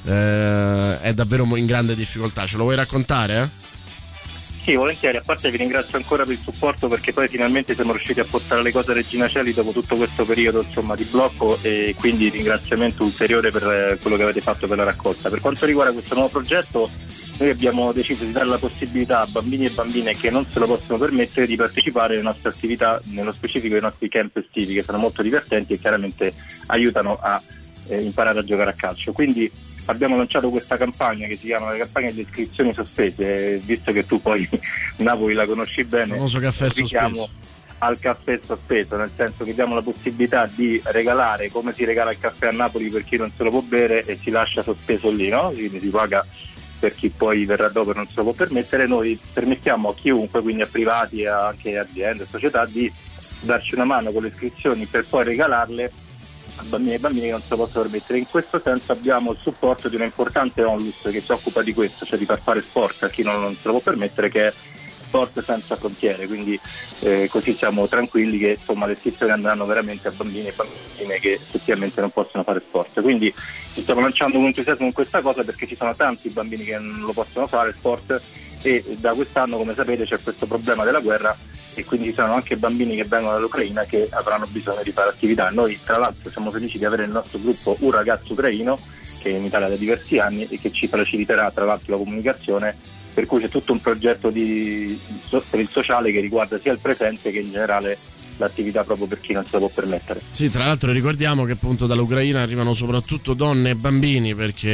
eh, è davvero in grande difficoltà. Ce lo vuoi raccontare? Eh? Sì, volentieri, a parte vi ringrazio ancora per il supporto, perché poi finalmente siamo riusciti a portare le cose a Regina Coeli dopo tutto questo periodo insomma di blocco, e quindi ringraziamento ulteriore per quello che avete fatto per la raccolta. Per quanto riguarda questo nuovo progetto, noi abbiamo deciso di dare la possibilità a bambini e bambine che non se lo possono permettere di partecipare alle nostre attività, nello specifico ai nostri camp estivi, che sono molto divertenti e chiaramente aiutano a eh, imparare a giocare a calcio. Quindi abbiamo lanciato questa campagna che si chiama la campagna di iscrizioni sospese, visto che tu poi Napoli la conosci bene. Il famoso caffè sospeso. Al caffè sospeso, nel senso che diamo la possibilità di regalare, come si regala il caffè a Napoli per chi non se lo può bere e si lascia sospeso lì, no? Quindi si paga per chi poi verrà dopo e non se lo può permettere. Noi permettiamo a chiunque, quindi a privati e anche aziende, società, di darci una mano con le iscrizioni per poi regalarle a bambini e bambini che non se lo possono permettere. In questo senso abbiamo il supporto di un'importante onlus che si occupa di questo, cioè di far fare sport a chi non, non se lo può permettere, che è Sport Senza Frontiere. Quindi eh, così siamo tranquilli che insomma le iscrizioni andranno veramente a bambini e bambine che effettivamente non possono fare sport. Quindi ci stiamo lanciando con entusiasmo in questa cosa, perché ci sono tanti bambini che non lo possono fare sport, e da quest'anno, come sapete, c'è questo problema della guerra, e quindi ci sono anche bambini che vengono dall'Ucraina che avranno bisogno di fare attività. Noi tra l'altro siamo felici di avere nel nostro gruppo un ragazzo ucraino che è in Italia da diversi anni e che ci faciliterà tra l'altro la comunicazione, per cui c'è tutto un progetto di, per il sociale che riguarda sia il presente che in generale l'attività proprio per chi non se la può permettere. Sì, tra l'altro ricordiamo che appunto dall'Ucraina arrivano soprattutto donne e bambini, perché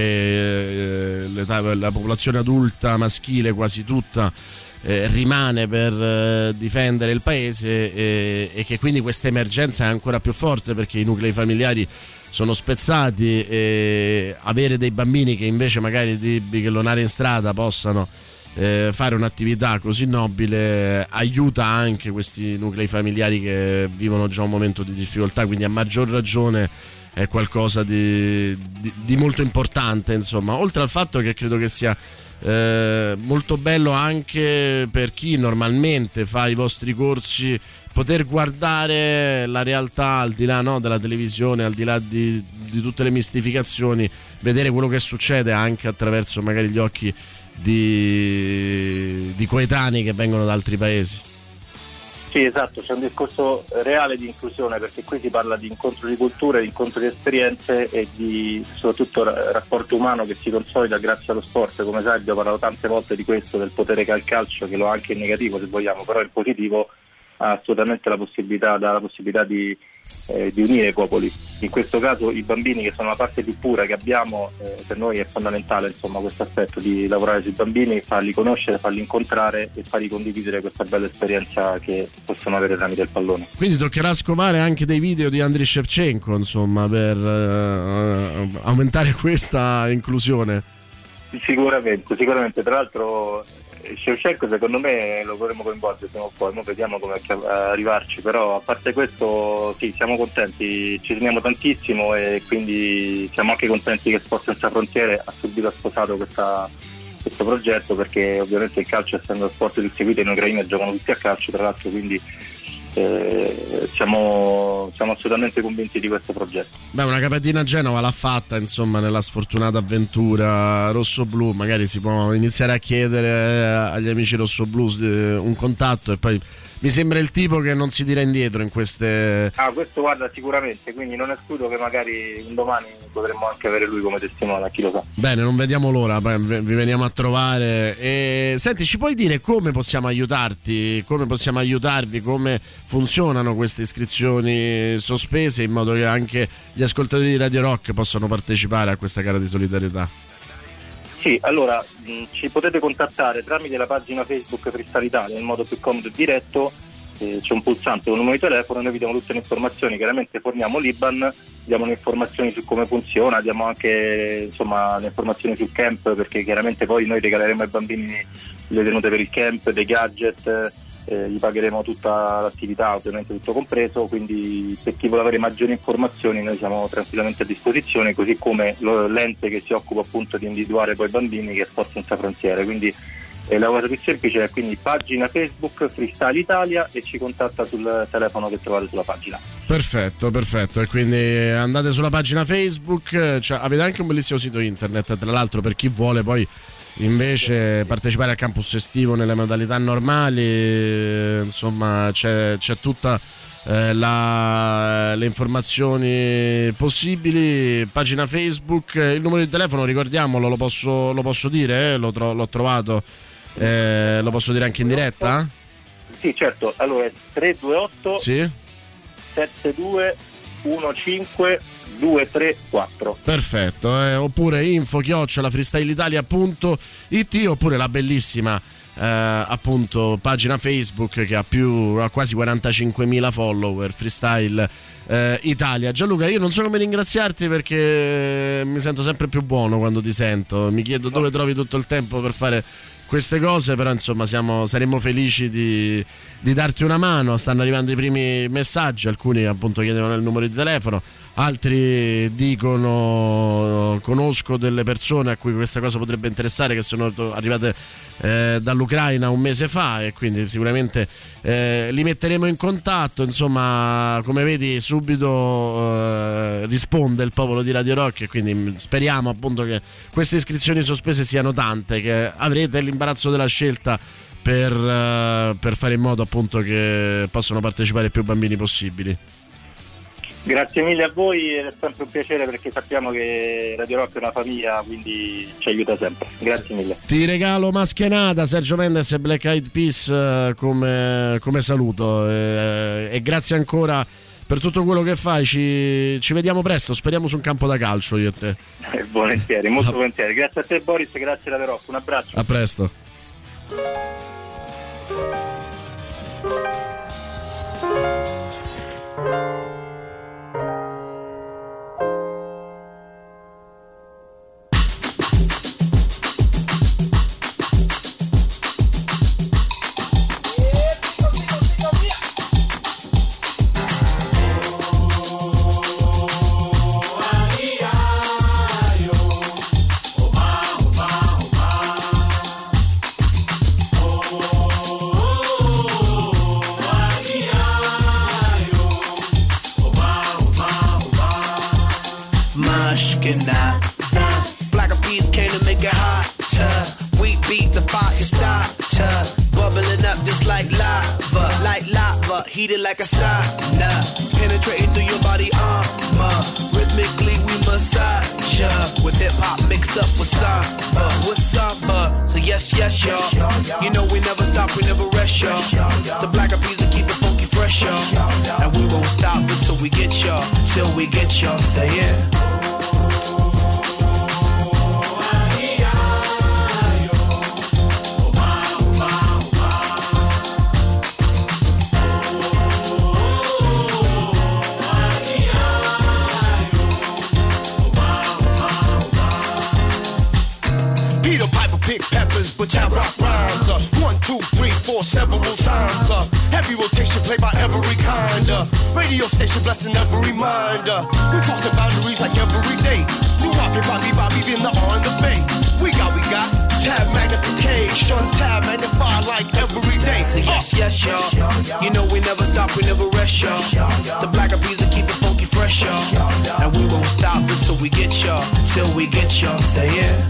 eh, l'età, la popolazione adulta maschile quasi tutta eh, rimane per eh, difendere il paese, eh, e che quindi questa emergenza è ancora più forte perché i nuclei familiari sono spezzati, e avere dei bambini che invece magari di bighellonare in strada possano Eh, fare un'attività così nobile aiuta anche questi nuclei familiari che vivono già un momento di difficoltà, quindi a maggior ragione è qualcosa di, di, di molto importante, insomma, oltre al fatto che credo che sia eh, molto bello anche per chi normalmente fa i vostri corsi poter guardare la realtà al di là, no, della televisione, al di là di, di tutte le mistificazioni, vedere quello che succede anche attraverso magari gli occhi Di, di coetanei che vengono da altri paesi. Sì, esatto, c'è un discorso reale di inclusione, perché qui si parla di incontro di culture, di incontro di esperienze e di soprattutto rapporto umano che si consolida grazie allo sport. Come sai, abbiamo parlato tante volte di questo, del potere che ha il calcio, che lo ha anche in negativo se vogliamo, però il positivo ha assolutamente la possibilità, dà la possibilità di, eh, di unire i popoli. In questo caso i bambini, che sono la parte più pura che abbiamo, eh, per noi è fondamentale insomma questo aspetto di lavorare sui bambini, farli conoscere, farli incontrare e farli condividere questa bella esperienza che possono avere tramite il pallone. Quindi toccherà scovare anche dei video di Andriy Shevchenko, insomma, per eh, aumentare questa inclusione. Sicuramente, sicuramente. Tra l'altro Shevchenko secondo me lo vorremmo coinvolgere prima o poi, vediamo come arrivarci, però a parte questo sì, siamo contenti, ci teniamo tantissimo e quindi siamo anche contenti che Sport Senza Frontiere ha subito sposato questa, questo progetto, perché ovviamente il calcio, essendo lo sport più seguito in Ucraina, giocano tutti a calcio tra l'altro, quindi Eh, siamo, siamo assolutamente convinti di questo progetto. Beh, una capatina a Genova l'ha fatta, insomma, nella sfortunata avventura rossoblu. Magari si può iniziare a chiedere agli amici rossoblu un contatto, e poi mi sembra il tipo che non si tira indietro in queste... Ah, questo guarda sicuramente, quindi non escludo che magari un domani potremmo anche avere lui come testimone, chi lo sa. Bene, non vediamo l'ora, poi vi veniamo a trovare. E senti, ci puoi dire come possiamo aiutarti, come possiamo aiutarvi, come funzionano queste iscrizioni sospese, in modo che anche gli ascoltatori di Radio Rock possano partecipare a questa gara di solidarietà? Sì, allora mh, ci potete contattare tramite la pagina Facebook Freestyle Italia nel modo più comodo e diretto. Eh, c'è un pulsante, un numero di telefono, noi vi diamo tutte le informazioni, chiaramente forniamo l'I B A N, diamo le informazioni su come funziona, diamo anche insomma le informazioni sul camp, perché chiaramente poi noi regaleremo ai bambini le tenute per il camp, dei gadget, eh, gli pagheremo tutta l'attività, ovviamente tutto compreso, quindi per chi vuole avere maggiori informazioni noi siamo tranquillamente a disposizione, così come lo, l'ente che si occupa appunto di individuare poi i bambini, che è Sport Senza Frontiere. Quindi eh, la cosa più semplice è quindi pagina Facebook Freestyle Italia e ci contatta sul telefono che trovate sulla pagina. Perfetto, perfetto. E quindi andate sulla pagina Facebook, cioè, avete anche un bellissimo sito internet, tra l'altro, per chi vuole poi invece partecipare al campus estivo nelle modalità normali. Insomma, c'è, c'è tutta eh, la, le informazioni possibili. Pagina Facebook, il numero di telefono, ricordiamolo, lo posso, lo posso dire, eh? lo tro- l'ho trovato, eh, lo posso dire anche in diretta? Sì, certo. Allora è tre due otto sì? sette due uno cinque due tre quattro. Perfetto, eh, oppure info chiocciola freestyleitalia punto it, oppure la bellissima eh, appunto pagina Facebook che ha più ha quasi quarantacinquemila follower, Freestyle eh, Italia. Gianluca, io non so come ringraziarti, perché mi sento sempre più buono quando ti sento, mi chiedo dove trovi tutto il tempo per fare queste cose, però insomma siamo, saremmo felici di, di darti una mano. Stanno arrivando i primi messaggi, alcuni appunto chiedevano il numero di telefono, altri dicono conosco delle persone a cui questa cosa potrebbe interessare, che sono arrivate eh, dall'Ucraina un mese fa, e quindi sicuramente eh, li metteremo in contatto. Insomma, come vedi, subito eh, risponde il popolo di Radio Rock, e quindi speriamo appunto che queste iscrizioni sospese siano tante, che avrete l'imbarazzo della scelta per, uh, per fare in modo appunto che possano partecipare più bambini possibili. Grazie mille a voi, è sempre un piacere, perché sappiamo che Radio Rock è una famiglia, quindi ci aiuta sempre. Grazie mille. Ti regalo Maschianata, Sergio Mendes e Black Eyed Peas uh, come, come saluto, e, e grazie ancora per tutto quello che fai. Ci, ci vediamo presto, speriamo su un campo da calcio io e te. Eh, volentieri, molto volentieri. Grazie a te Boris, grazie a Radio Rock, un abbraccio. A presto. Black Eyed Peas came to make it hotter. We beat the fire starter, bubbling up just like lava, like lava, heated like a sauna, penetrating through your body armor. Rhythmically we massage ya, with hip hop mixed up with samba, with samba. So yes, yes, y'all. You know we never stop, we never rest, y'all. The Black Eyed Peas will keep it funky fresh, y'all. And we won't stop until we get y'all, till we get y'all. Say yeah. Pick peppers, but I rock rhymes. Uh, one, two, three, four, several times. Uh, heavy rotation played by every kind. Uh, radio station blessing every mind. Uh, we crossing boundaries like every day. New Bobby, Bobby, Bobby, in the on the bay. We got, we got tab best, y'all. You know we never stop, we never rest, y'all. The Black Eyed Peas will keep it funky fresh, y'all. And we won't stop until we get y'all, till we get y'all. Say yeah.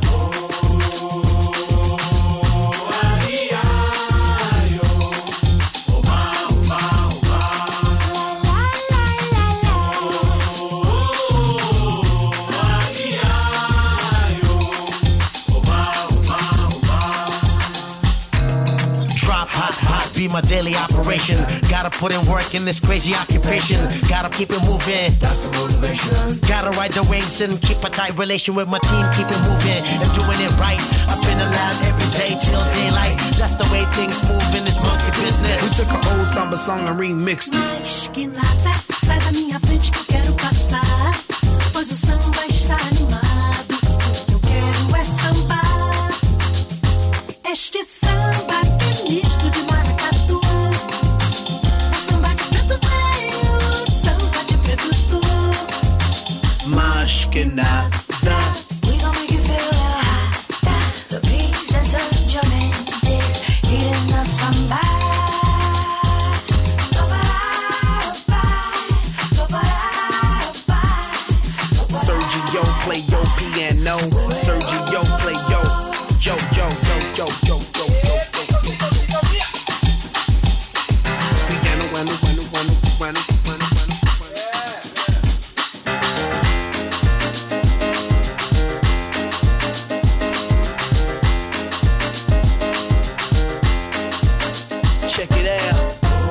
Be my daily operation. Gotta put in work in this crazy occupation. Gotta keep it moving. That's the motivation. Gotta ride the waves and keep a tight relation with my team. Keep it moving and doing it right. I've been allowed every day till daylight. That's the way things move in this monkey business. We took an old samba song and remixed it. Mas que nada, sai da minha frente que eu quero passar. Pois o samba está animado. Eu quero é sambar. Este samba é misto de maracatu. Samba de preto veio, samba de preto tu. Mas que nada. We gon' make you feel hot. The beats and Sergio Mendes eating up samba. Sergio play your piano. Sergio play yo, yo, yo, yo, yo, yo, yo, yo, yo, yo, yo. Piano, piano, piano, piano, piano, piano, piano. Check it out.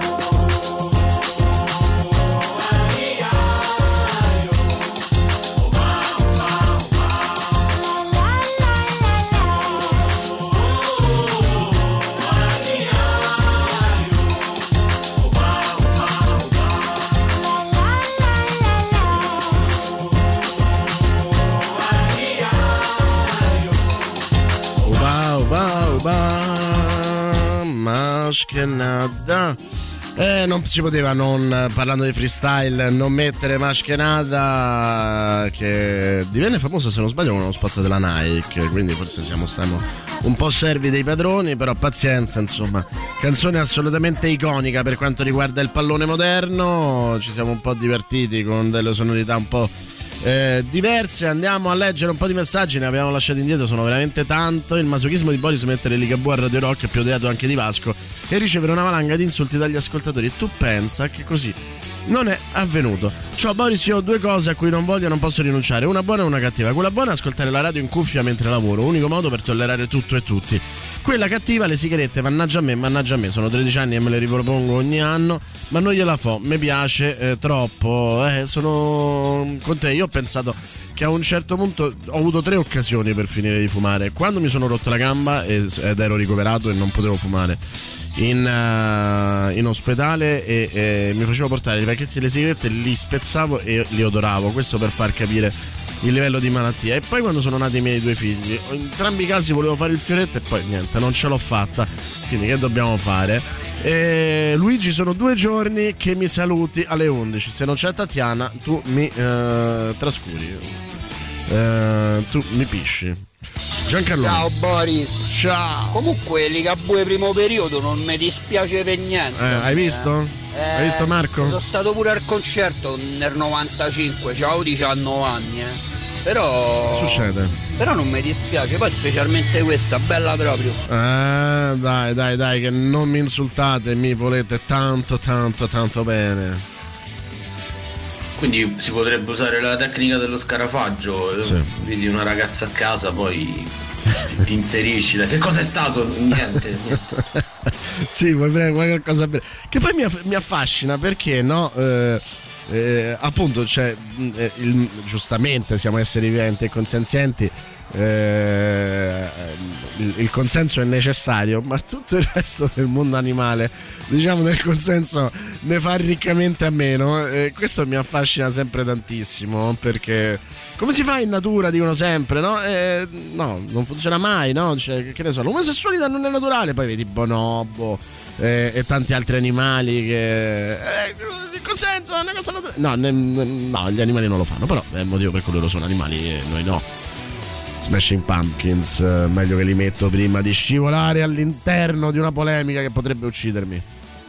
Che nada. Eh, non si poteva non, parlando di freestyle, non mettere Maschenada, che divenne famosa se non sbaglio con uno spot della Nike, quindi forse siamo stiamo un po' servi dei padroni, però pazienza, insomma, canzone assolutamente iconica per quanto riguarda il pallone moderno. Ci siamo un po' divertiti con delle sonorità un po' Eh, diverse. Andiamo a leggere un po' di messaggi, ne abbiamo lasciati indietro, sono veramente tanto. Il masochismo di Boris mettere Ligabue a Radio Rock è più odiato anche di Vasco e ricevere una valanga di insulti dagli ascoltatori. E tu pensa che così non è avvenuto. Ciao Boris, io ho due cose a cui non voglio e non posso rinunciare, una buona e una cattiva. Quella buona è ascoltare la radio in cuffia mentre lavoro, unico modo per tollerare tutto e tutti. Quella cattiva, le sigarette, mannaggia a me, mannaggia a me. Sono tredici anni e me le ripropongo ogni anno, ma non gliela fo, mi piace eh, troppo. Eh, sono con te. Io ho pensato che a un certo punto ho avuto tre occasioni per finire di fumare. Quando mi sono rotto la gamba ed ero ricoverato e non potevo fumare in, uh, in ospedale e, e mi facevo portare i pacchetti delle sigarette, li spezzavo e li odoravo. Questo per far capire il livello di malattia. E poi quando sono nati i miei due figli, in entrambi i casi volevo fare il fioretto e poi niente, non ce l'ho fatta. Quindi che dobbiamo fare? E Luigi, sono due giorni che mi saluti alle undici. Se non c'è Tatiana tu mi eh, trascuri, eh, tu mi pisci. Giancarlo. Ciao Boris. Ciao. Comunque Ligabue primo periodo non mi dispiace per niente. Eh, hai visto? Eh, hai visto Marco? Sono stato pure al concerto nel novantacinque, c'avevo diciannove anni, eh. Però succede. Però non mi dispiace, poi specialmente questa, bella proprio. Eh, dai, dai, dai, che non mi insultate, mi volete tanto, tanto, tanto bene. Quindi si potrebbe usare la tecnica dello scarafaggio, sì. Vedi una ragazza a casa, poi ti inserisci. Che cosa è stato? Niente, niente. Sì, vuoi prendere qualcosa per... Che poi mi, aff- mi affascina perché, no? Eh, eh, appunto, cioè, eh, il, giustamente siamo esseri viventi e consenzienti. Eh, il, il consenso è necessario, ma tutto il resto del mondo animale, diciamo, del consenso ne fa riccamente a meno. Eh, questo mi affascina sempre tantissimo, perché come si fa in natura, dicono sempre, no? Eh, no, non funziona mai, no? Cioè, che ne so, l'omosessualità non è naturale, poi vedi bonobo eh, e tanti altri animali che eh, il consenso è una cosa naturale. No, ne, no, gli animali non lo fanno, però è il motivo per cui loro sono animali e noi no. Smashing Pumpkins, meglio che li metto prima di scivolare all'interno di una polemica che potrebbe uccidermi.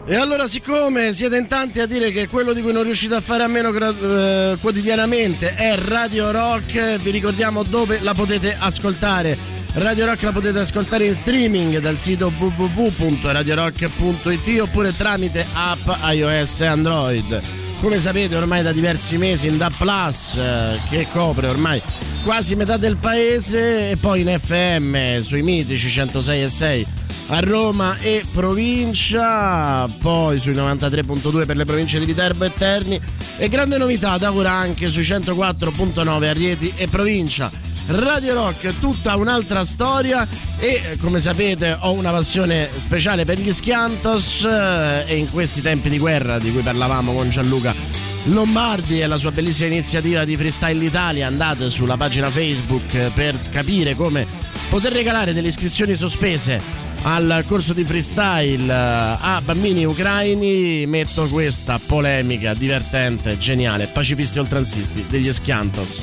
E allora, siccome siete in tanti a dire che quello di cui non riuscite a fare a meno eh, quotidianamente è Radio Rock, vi ricordiamo dove la potete ascoltare. Radio Rock la potete ascoltare in streaming dal sito w w w punto radio rock punto i t oppure tramite app iOS e Android. Come sapete, ormai da diversi mesi in D A B Plus, eh, che copre ormai quasi metà del paese, e poi in F M sui mitici centosei e sei a Roma e provincia, poi sui novantatré virgola due per le province di Viterbo e Terni, e grande novità da ora anche sui centoquattro virgola nove a Rieti e provincia. Radio Rock, tutta un'altra storia, e come sapete ho una passione speciale per gli Schiantos, e in questi tempi di guerra di cui parlavamo con Gianluca Lombardi e la sua bellissima iniziativa di Freestyle Italia, andate sulla pagina Facebook per capire come poter regalare delle iscrizioni sospese al corso di freestyle a bambini ucraini. Metto questa polemica divertente, geniale: pacifisti oltranzisti degli Schiantos.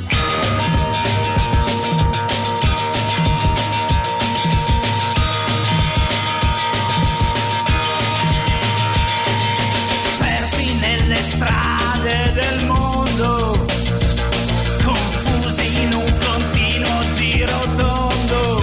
Persi nelle strade del mondo, confusi in un continuo giro tondo,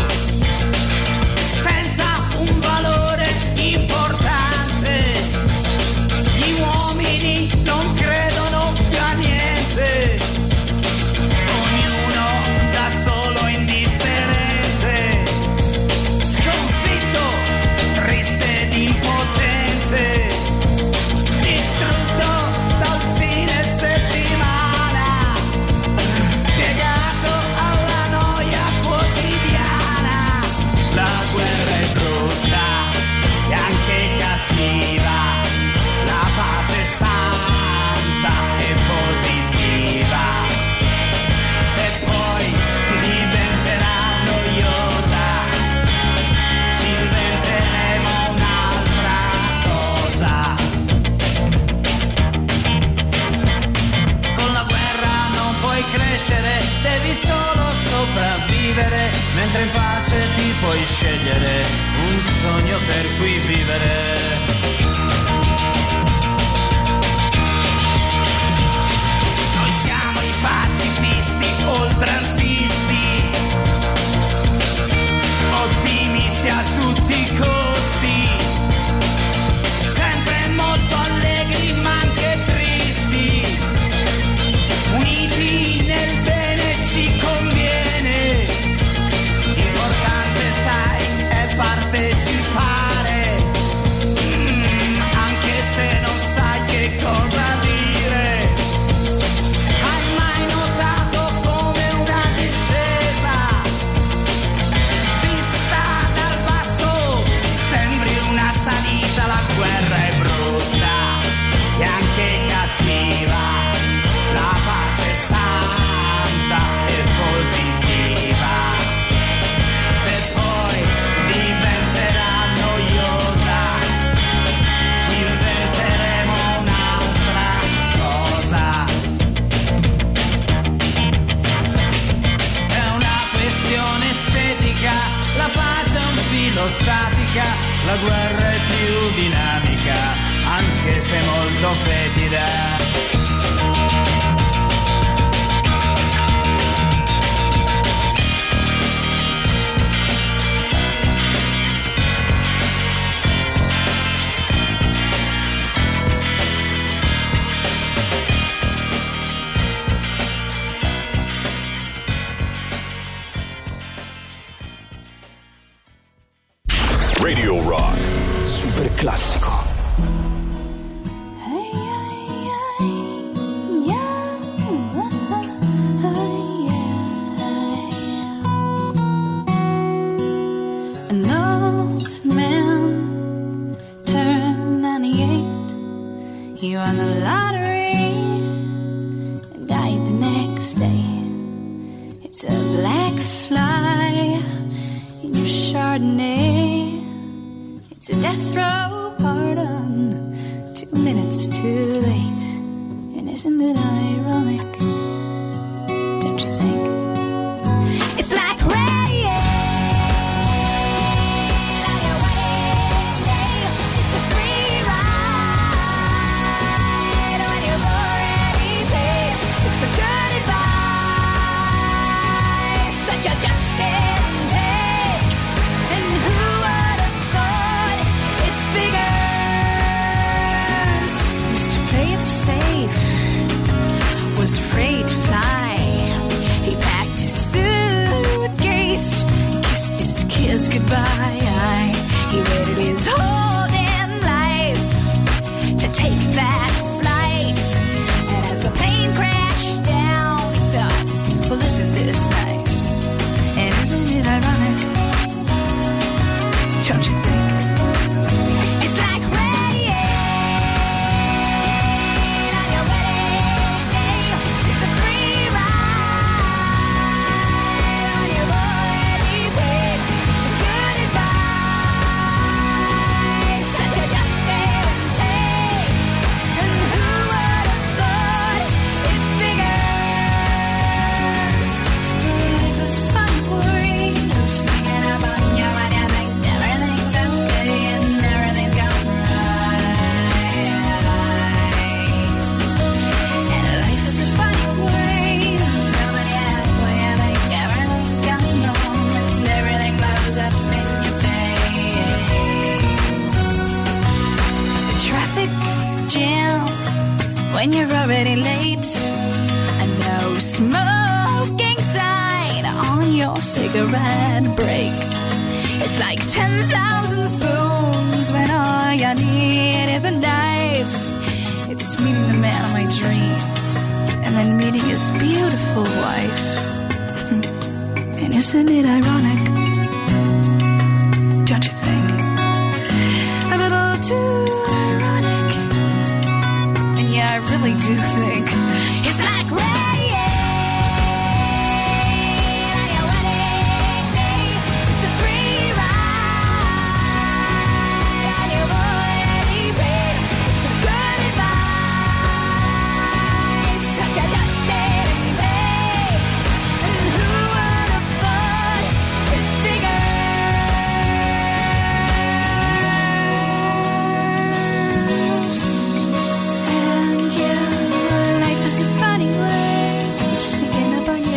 senza un valore importante. Gli uomini non credono più a niente, ognuno da solo indifferente, sconfitto, triste ed impotente, distrutto dal fine settimana, piegato alla noia quotidiana. La guerra è brutta e anche cattiva, la pace è santa e positiva. Se poi diventerà noiosa, ci inventeremo un'altra cosa. Con la guerra non puoi crescere, devi solo sopravvivere, mentre in pace ti puoi scegliere un sogno per cui vivere. Noi siamo i pacifisti oltranzisti, ottimisti a tutti i costi, sempre molto allegri ma anche tristi, uniti nel bene ci conviene, l'importante sai è partecipare, mm, anche se non sai che cosa dire. Hai mai notato come una discesa vista dal basso sembri una salita? La guerra è brutta e anche cattiva, la pace è santa e positiva. Se poi diventerà noiosa, ci inventeremo un'altra cosa. È una questione estetica, la pace è un filo statica, la guerra è più dinamica, anche se molto fetida. Radio Rock. Super classico. An old man turned ninety-eight. He won the lottery and died the next day. It's a black fly in your Chardonnay. It's a death row pardon, two minutes too late. And isn't it ironic? Don't you think? It's like rain on your wedding day. It's a free ride. when you're already late. And no smoking sign on your cigarette break. It's like ten thousand spoons when all you need is a knife. It's meeting the man of my dreams and then meeting his beautiful wife. And isn't it ironic? Don't you think? A little too ironic. And yeah, I really do think it's like rain on your wedding day. It's a free ride on your morning parade. It's the good advice, such a dusty day. And who would have thought it figures? And yeah, life is a funny way, sneaking up on you.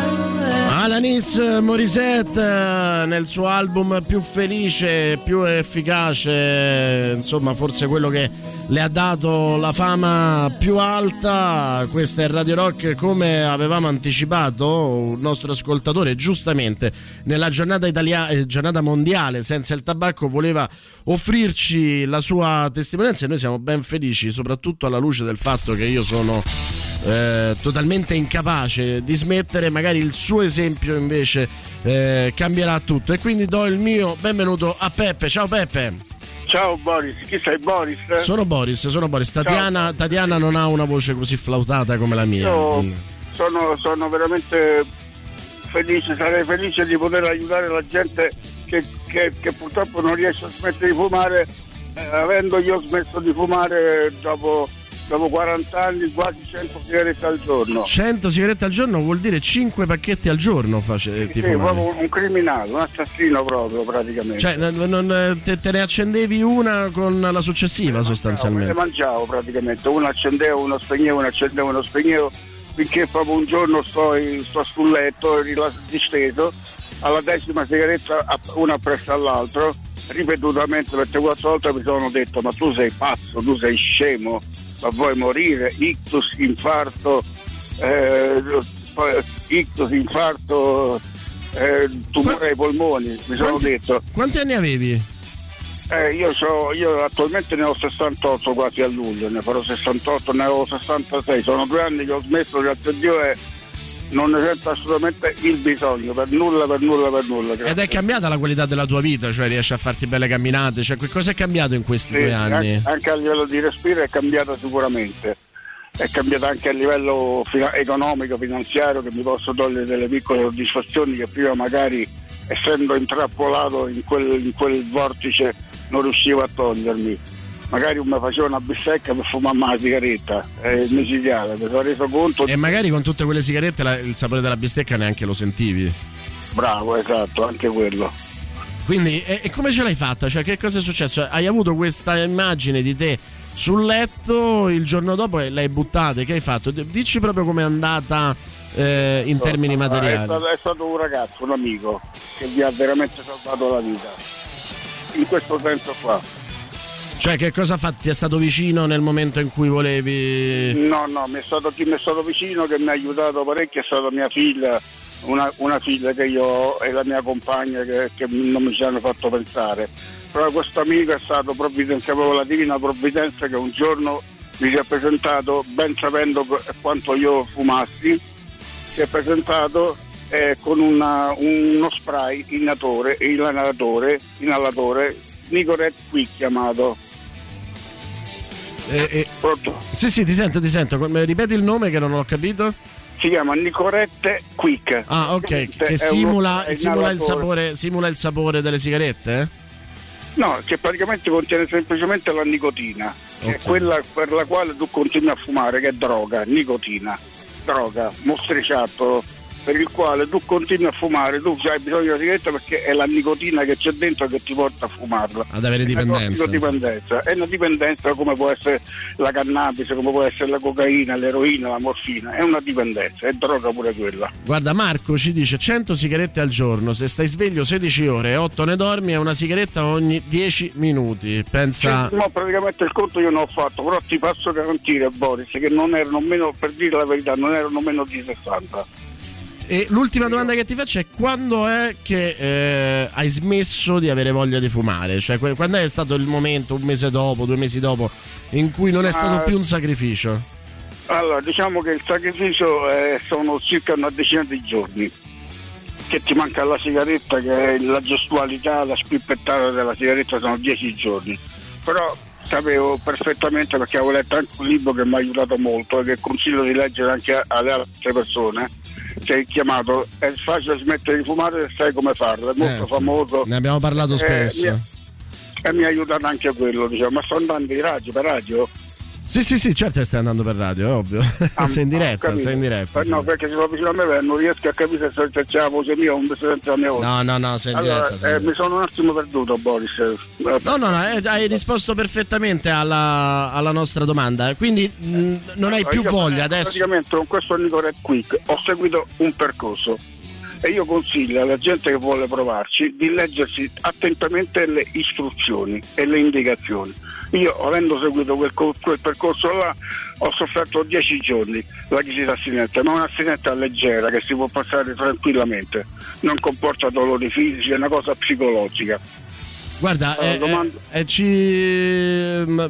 Alanis Morissette eh, nel suo album più felice, più efficace, insomma forse quello che le ha dato la fama più alta. Questa è Radio Rock, come avevamo anticipato un nostro ascoltatore giustamente nella giornata italia- eh, giornata mondiale senza il tabacco voleva offrirci la sua testimonianza e noi siamo ben felici, soprattutto alla luce del fatto che io sono eh, totalmente incapace di smettere. Magari il suo esempio invece eh, cambierà tutto, e quindi do il mio benvenuto a Peppe. Ciao Peppe. Ciao Boris, chi sei Boris? Sono Boris, sono Boris. Tatiana, Tatiana non ha una voce così flautata come la mia. Io sono, sono veramente felice, sarei felice di poter aiutare la gente che, che, che purtroppo non riesce a smettere di fumare, eh, avendo io smesso di fumare dopo, dopo quaranta anni, quasi cento sigarette al giorno. cento sigarette al giorno vuol dire cinque pacchetti al giorno face, ti Sì, fumavi. proprio un criminale, un assassino proprio praticamente. Cioè non, non- te, te ne accendevi una con la successiva Me sostanzialmente. le mangiavo praticamente, uno accendevo, uno spegnevo, uno accendevo, uno spegnevo, finché proprio un giorno sto, in- sto sul letto, rilas- disteso, alla decima sigaretta app- una appresso all'altro, ripetutamente per tre quattro volte mi sono detto: ma tu sei pazzo, tu sei scemo, ma vuoi morire? Ictus, infarto, eh, poi ictus, infarto, eh, tumore ai polmoni, mi sono Quanti- detto. Quanti anni avevi? Eh, io, c'ho- io attualmente ne ho sessantotto, quasi a luglio, ne farò sessantotto, ne ho sessantasei, sono due anni che ho smesso, grazie a Dio, e non ne sento assolutamente il bisogno, per nulla, per nulla, per nulla. Ed è cambiata la qualità della tua vita, cioè riesci a farti belle camminate, cioè che cosa è cambiato in questi Sì, due anni? Anche, anche a livello di respiro è cambiata sicuramente, è cambiata anche a livello fina- economico, finanziario, che mi posso togliere delle piccole soddisfazioni che prima magari, essendo intrappolato in quel, in quel vortice, non riuscivo a togliermi. Magari mi faceva una bistecca per fumare la sigaretta, è Sì. micidiale, mi sono reso conto. E magari con tutte quelle sigarette la- il sapore della bistecca neanche lo sentivi. Bravo, esatto, anche quello. Quindi, e, e come ce l'hai fatta? Cioè, che cosa è successo? Hai avuto questa immagine di te sul letto, il giorno dopo e l'hai buttata, che hai fatto? D- Dici proprio com'è andata eh, in termini È materiali. stato, è stato un ragazzo, un amico, che mi ha veramente salvato la vita. In questo senso qua. Cioè, che cosa ha fatto? Ti è stato vicino nel momento in cui volevi... No, no, mi è stato, chi mi è stato vicino, che mi ha aiutato parecchio, è stata mia figlia, una, una figlia che io ho e la mia compagna che, che non mi ci hanno fatto pensare. Però questo amico è stato provvidenza, proprio la divina provvidenza, che un giorno mi si è presentato, ben sapendo quanto io fumassi, si è presentato eh, con una, uno spray inatore, inalatore, inalatore, Nicorette Quick chiamato. Eh, eh, sì, sì, ti sento, ti sento. Come- Ripeti il nome che non ho capito? Si chiama Nicorette Quick. Ah, ok, È che uno- simula, è simula, il inalatore. sapore, simula il sapore delle sigarette? Eh? No, che praticamente contiene semplicemente la nicotina, che è quella per la quale tu continui a fumare, che è droga, nicotina, droga, mostriciattolo, per il quale tu continui a fumare, tu hai bisogno di una sigaretta perché è la nicotina che c'è dentro che ti porta a fumarla. Ad avere dipendenza. È una dipendenza, è una dipendenza come può essere la cannabis, come può essere la cocaina, l'eroina, la morfina, è una dipendenza, è droga pure quella. Guarda, Marco ci dice cento sigarette al giorno, se stai sveglio sedici ore e otto ne dormi è una sigaretta ogni dieci minuti. Pensa. Sì, no, praticamente il conto io non ho fatto, però ti posso garantire, Boris, che non erano meno, per dire la verità, non erano meno di sessanta. E l'ultima domanda che ti faccio è: quando è che eh, hai smesso di avere voglia di fumare? Cioè, quando è stato il momento, un mese dopo, due mesi dopo, in cui non è stato Ah, più un sacrificio? Allora, diciamo che il sacrificio eh, sono circa una decina di giorni che ti manca la sigaretta, che è la gestualità, la spippettata della sigaretta sono dieci giorni, però sapevo perfettamente, perché avevo letto anche un libro che mi ha aiutato molto e che consiglio di leggere anche alle altre persone, che è chiamato È facile smettere di fumare se sai come farlo, è molto Eh, sì. famoso. Ne abbiamo parlato Eh, spesso. mi ha- e mi ha aiutato anche quello, diciamo. Ma sto andando in radio, per radio? Sì, sì, sì, certo che stai andando per radio, è ovvio. Ah, sei in diretta, capito. sei in diretta. Eh, sì. no, perché se lo vicino a me non riesco a capire se se c'è la voce mia o un senza la mia voce. No, no, no, sei in allora, diretta. sei in eh, diretta. mi sono un attimo perduto, Boris. No, no, no, eh, hai risposto perfettamente alla, alla nostra domanda. Quindi mh, non hai più Io, voglia eh, adesso. Praticamente con questo Nicorette Quick ho seguito un percorso e io consiglio alla gente che vuole provarci di leggersi attentamente le istruzioni e le indicazioni. Io, avendo seguito quel, quel percorso là, ho sofferto dieci giorni la crisi d'astinenza, ma un'astinenza leggera che si può passare tranquillamente, non comporta dolori fisici, è una cosa psicologica. Guarda, Allora, eh, domanda- eh, eh, ci, m-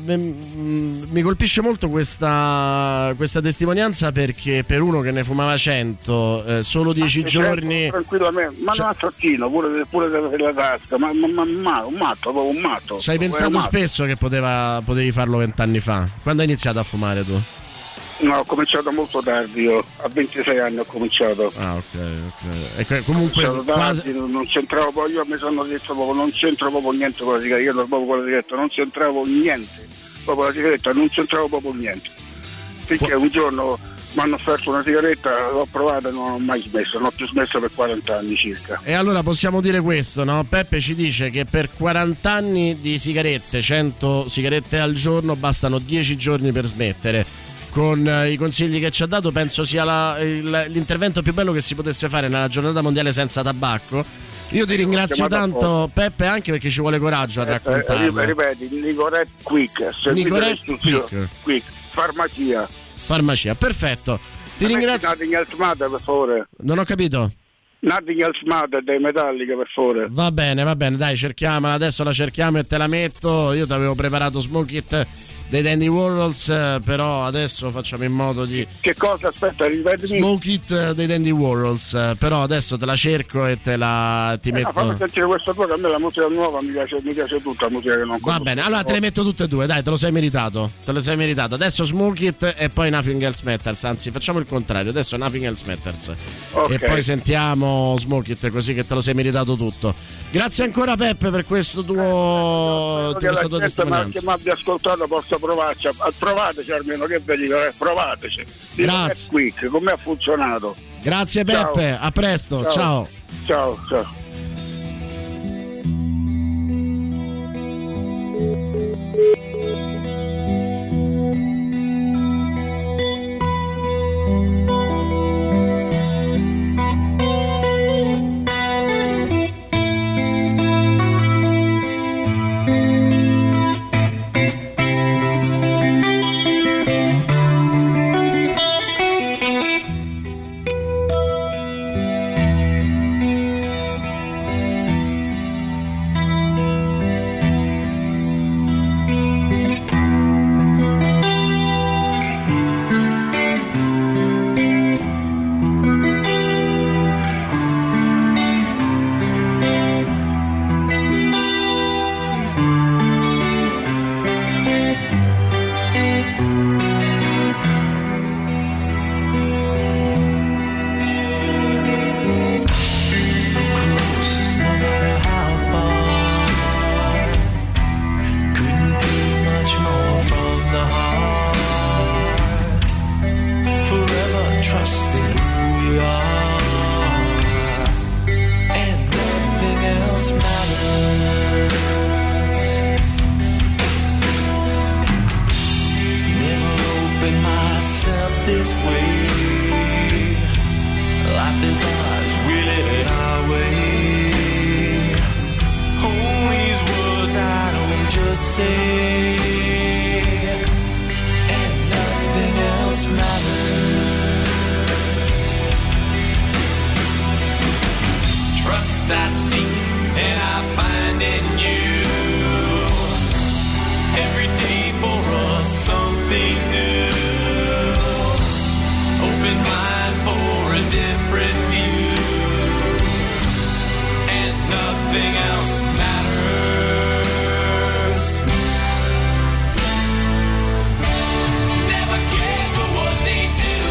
m- mi colpisce molto questa, questa testimonianza, perché per uno che ne fumava cento, eh, solo dieci Certo, giorni. tranquillamente, ma Cioè- non a trattino, pure, pure della tasca, ma, ma, ma, ma un matto, proprio un matto. Ci hai Proprio pensato un matto. spesso che poteva, potevi farlo vent'anni fa? Quando hai iniziato a fumare tu? No, ho cominciato molto tardi, io a ventisei anni ho cominciato. Ah, ok, ok. E que- comunque Ho cominciato quasi- tardi, non c'entravo poi, io mi sono detto proprio, non c'entro proprio niente con la sigaretta, io proprio con la sigaretta non c'entravo niente, proprio la sigaretta non c'entravo proprio niente. Finché un giorno mi hanno offerto una sigaretta, l'ho provata e non ho mai smesso, non ho più smesso per quaranta anni circa. E allora possiamo dire questo, no? Peppe ci dice che per quaranta anni di sigarette, cento sigarette al giorno, bastano dieci giorni per smettere. Con eh, i consigli che ci ha dato, penso sia la- il- l'intervento più bello che si potesse fare nella giornata mondiale senza tabacco. Io ti ringrazio chiamato tanto, Peppe, anche perché ci vuole coraggio a Eh, raccontarlo. ripeti, Nicorette Quick, seguite Nicorette le istruzioni. Quick. Quick, farmacia. Farmacia, perfetto. Ti ringrazio. Nothing Else Matter, per favore. Non ho capito. Nothing Else Matter dei Metallica, per favore. Va bene, va bene, dai, cerchiamola, adesso la cerchiamo e te la metto. Io ti avevo preparato Smoke It dei Dandy Warhols, eh, però adesso facciamo in modo di... Che cosa? Aspetta, ripetimi. Smoke It dei Dandy Warhols, eh, però adesso te la cerco e te la ti Eh, no, fammi metto... sentire questa tua, che a me la musica nuova mi piace, mi piace tutta la musica che non Va conosco. bene, allora te le metto tutte e due, dai, te lo sei meritato. Te lo sei meritato. Adesso Smoke It e poi Nothing Else Matters. Anzi, facciamo il contrario. Adesso Nothing Else Matters. Ok. E poi sentiamo Smoke It, così che te lo sei meritato tutto. Grazie ancora, Peppe, per questo tuo Spero che questa la tua gente ma- testimonianza. che mi abbia ascoltato possa provarci, a- provateci almeno, che vi dico, eh, provateci. Grazie. Quick, come ha funzionato? Grazie Ciao. Peppe, a presto. Ciao. Ciao, ciao. Trusting who we are. way. Life is ours, we live it our way. All these words I don't just say, and nothing else matters. Trust I seek and I find in you. Every day for us something new. Open mind for a different view, and nothing else matters. Never cared for what they do.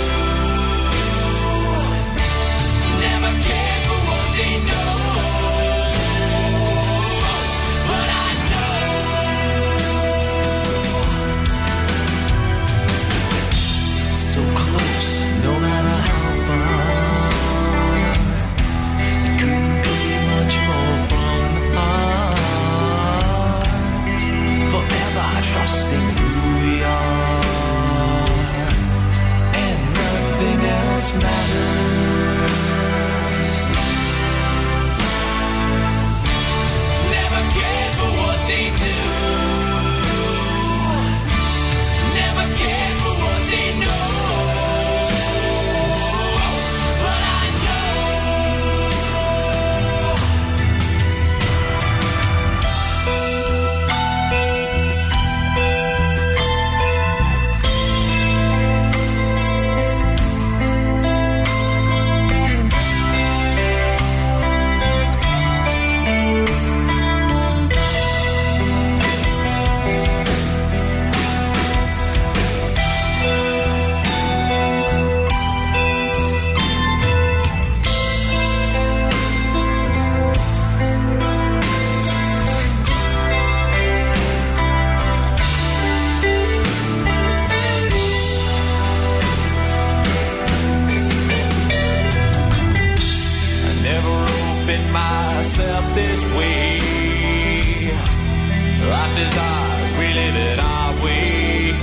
Never cared for what they know. But I so close, no matter how far. It couldn't be much more from the heart. Forever trusting who we are, and nothing else matters. Never cared for what they do. Never cared for what they know. Myself this way. Life is ours, we live it our way.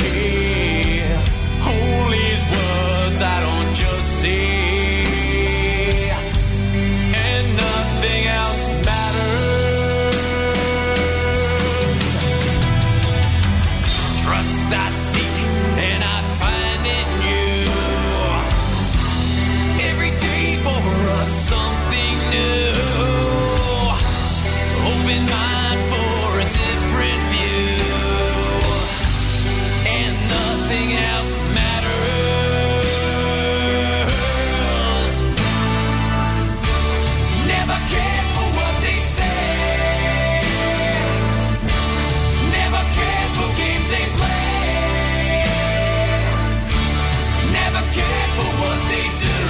All these words I don't just say, and nothing else matters. Trust I seek and I find in you. Every day for us something new. Open mind for a different view, and nothing else matters. Never cared for what they say. Never cared for games they play. Never cared for what they do.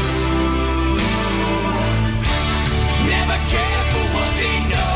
Never cared for what they know.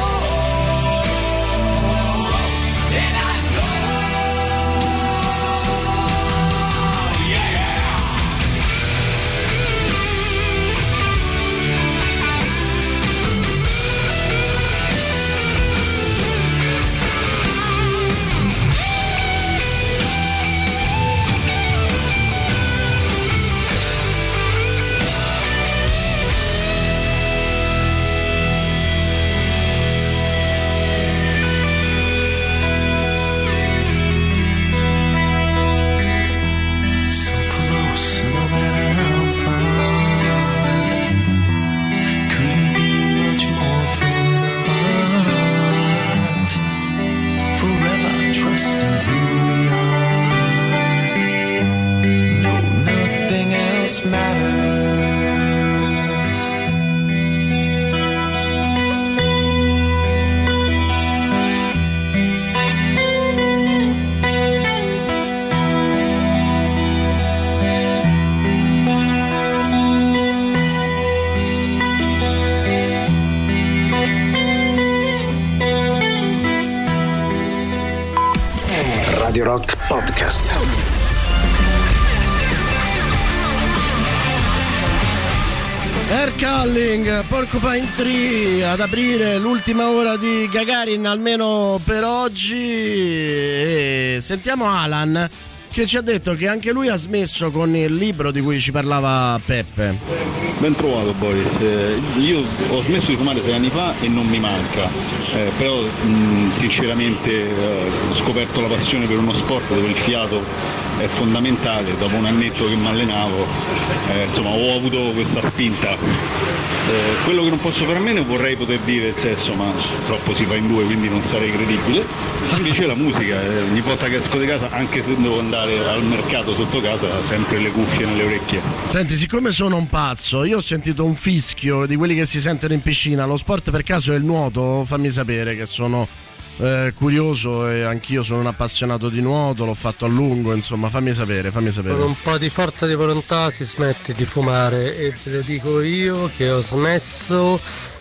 Radio Rock Podcast. Air Calling, Porcupine Tree ad aprire l'ultima ora di Gagarin, almeno per oggi. E sentiamo Alan che ci ha detto che anche lui ha smesso con il libro di cui ci parlava Peppe. Ben trovato Boris, eh, io ho smesso di fumare sei anni fa e non mi manca, eh, però mh, sinceramente eh, ho scoperto la passione per uno sport dove il fiato è fondamentale. Dopo un annetto che mi allenavo, eh, insomma ho avuto questa spinta. Eh, quello che non posso fare a meno vorrei poter dire il sesso, ma troppo si fa in due, quindi non sarei credibile. Invece la musica, eh, ogni volta che esco di casa, anche se devo andare al mercato sotto casa, sempre le cuffie nelle orecchie. Senti, siccome sono un pazzo, io ho sentito un fischio di quelli che si sentono in piscina. Lo sport per caso è il nuoto? Fammi sapere, che sono eh, curioso e anch'io sono un appassionato di nuoto, l'ho fatto a lungo, insomma, fammi sapere, fammi sapere. Con un po' di forza di volontà si smette di fumare, e te lo dico io che ho smesso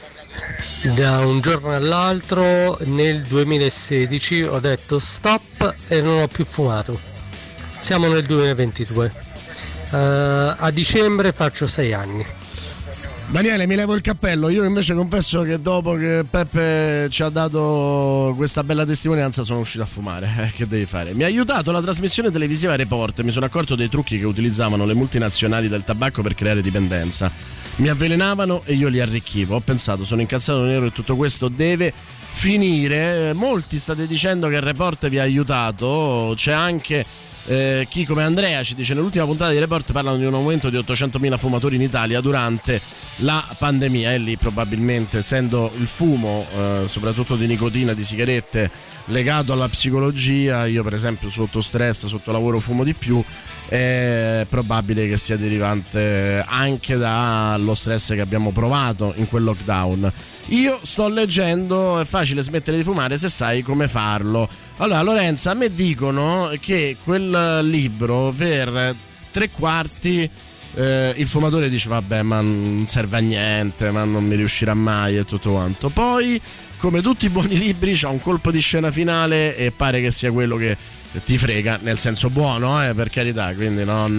da un giorno all'altro nel duemilasedici, ho detto stop e non ho più fumato. Siamo nel duemilaventidue, uh, a dicembre faccio sei anni. Daniele, mi levo il cappello. Io invece confesso che dopo che Peppe ci ha dato questa bella testimonianza sono uscito a fumare. Eh, che devi fare? Mi ha aiutato la trasmissione televisiva Report. Mi sono accorto dei trucchi che utilizzavano le multinazionali del tabacco per creare dipendenza. Mi avvelenavano e io li arricchivo. Ho pensato, sono incazzato nero e tutto questo deve finire. Molti state dicendo che il Report vi ha aiutato. C'è anche Eh, chi come Andrea ci dice: nell'ultima puntata di Report parlano di un aumento di ottocentomila fumatori in Italia durante la pandemia, e lì probabilmente, essendo il fumo eh, soprattutto di nicotina, di sigarette, legato alla psicologia, io per esempio sotto stress, sotto lavoro fumo di più, è probabile che sia derivante anche dallo stress che abbiamo provato in quel lockdown. Io sto leggendo È facile smettere di fumare se sai come farlo. Allora Lorenza, a me dicono che quel libro per tre quarti eh, il fumatore dice vabbè, ma non serve a niente, ma non mi riuscirà mai e tutto quanto. Poi, come tutti i buoni libri, c'ha un colpo di scena finale e pare che sia quello che ti frega, nel senso buono, eh, per carità, quindi non,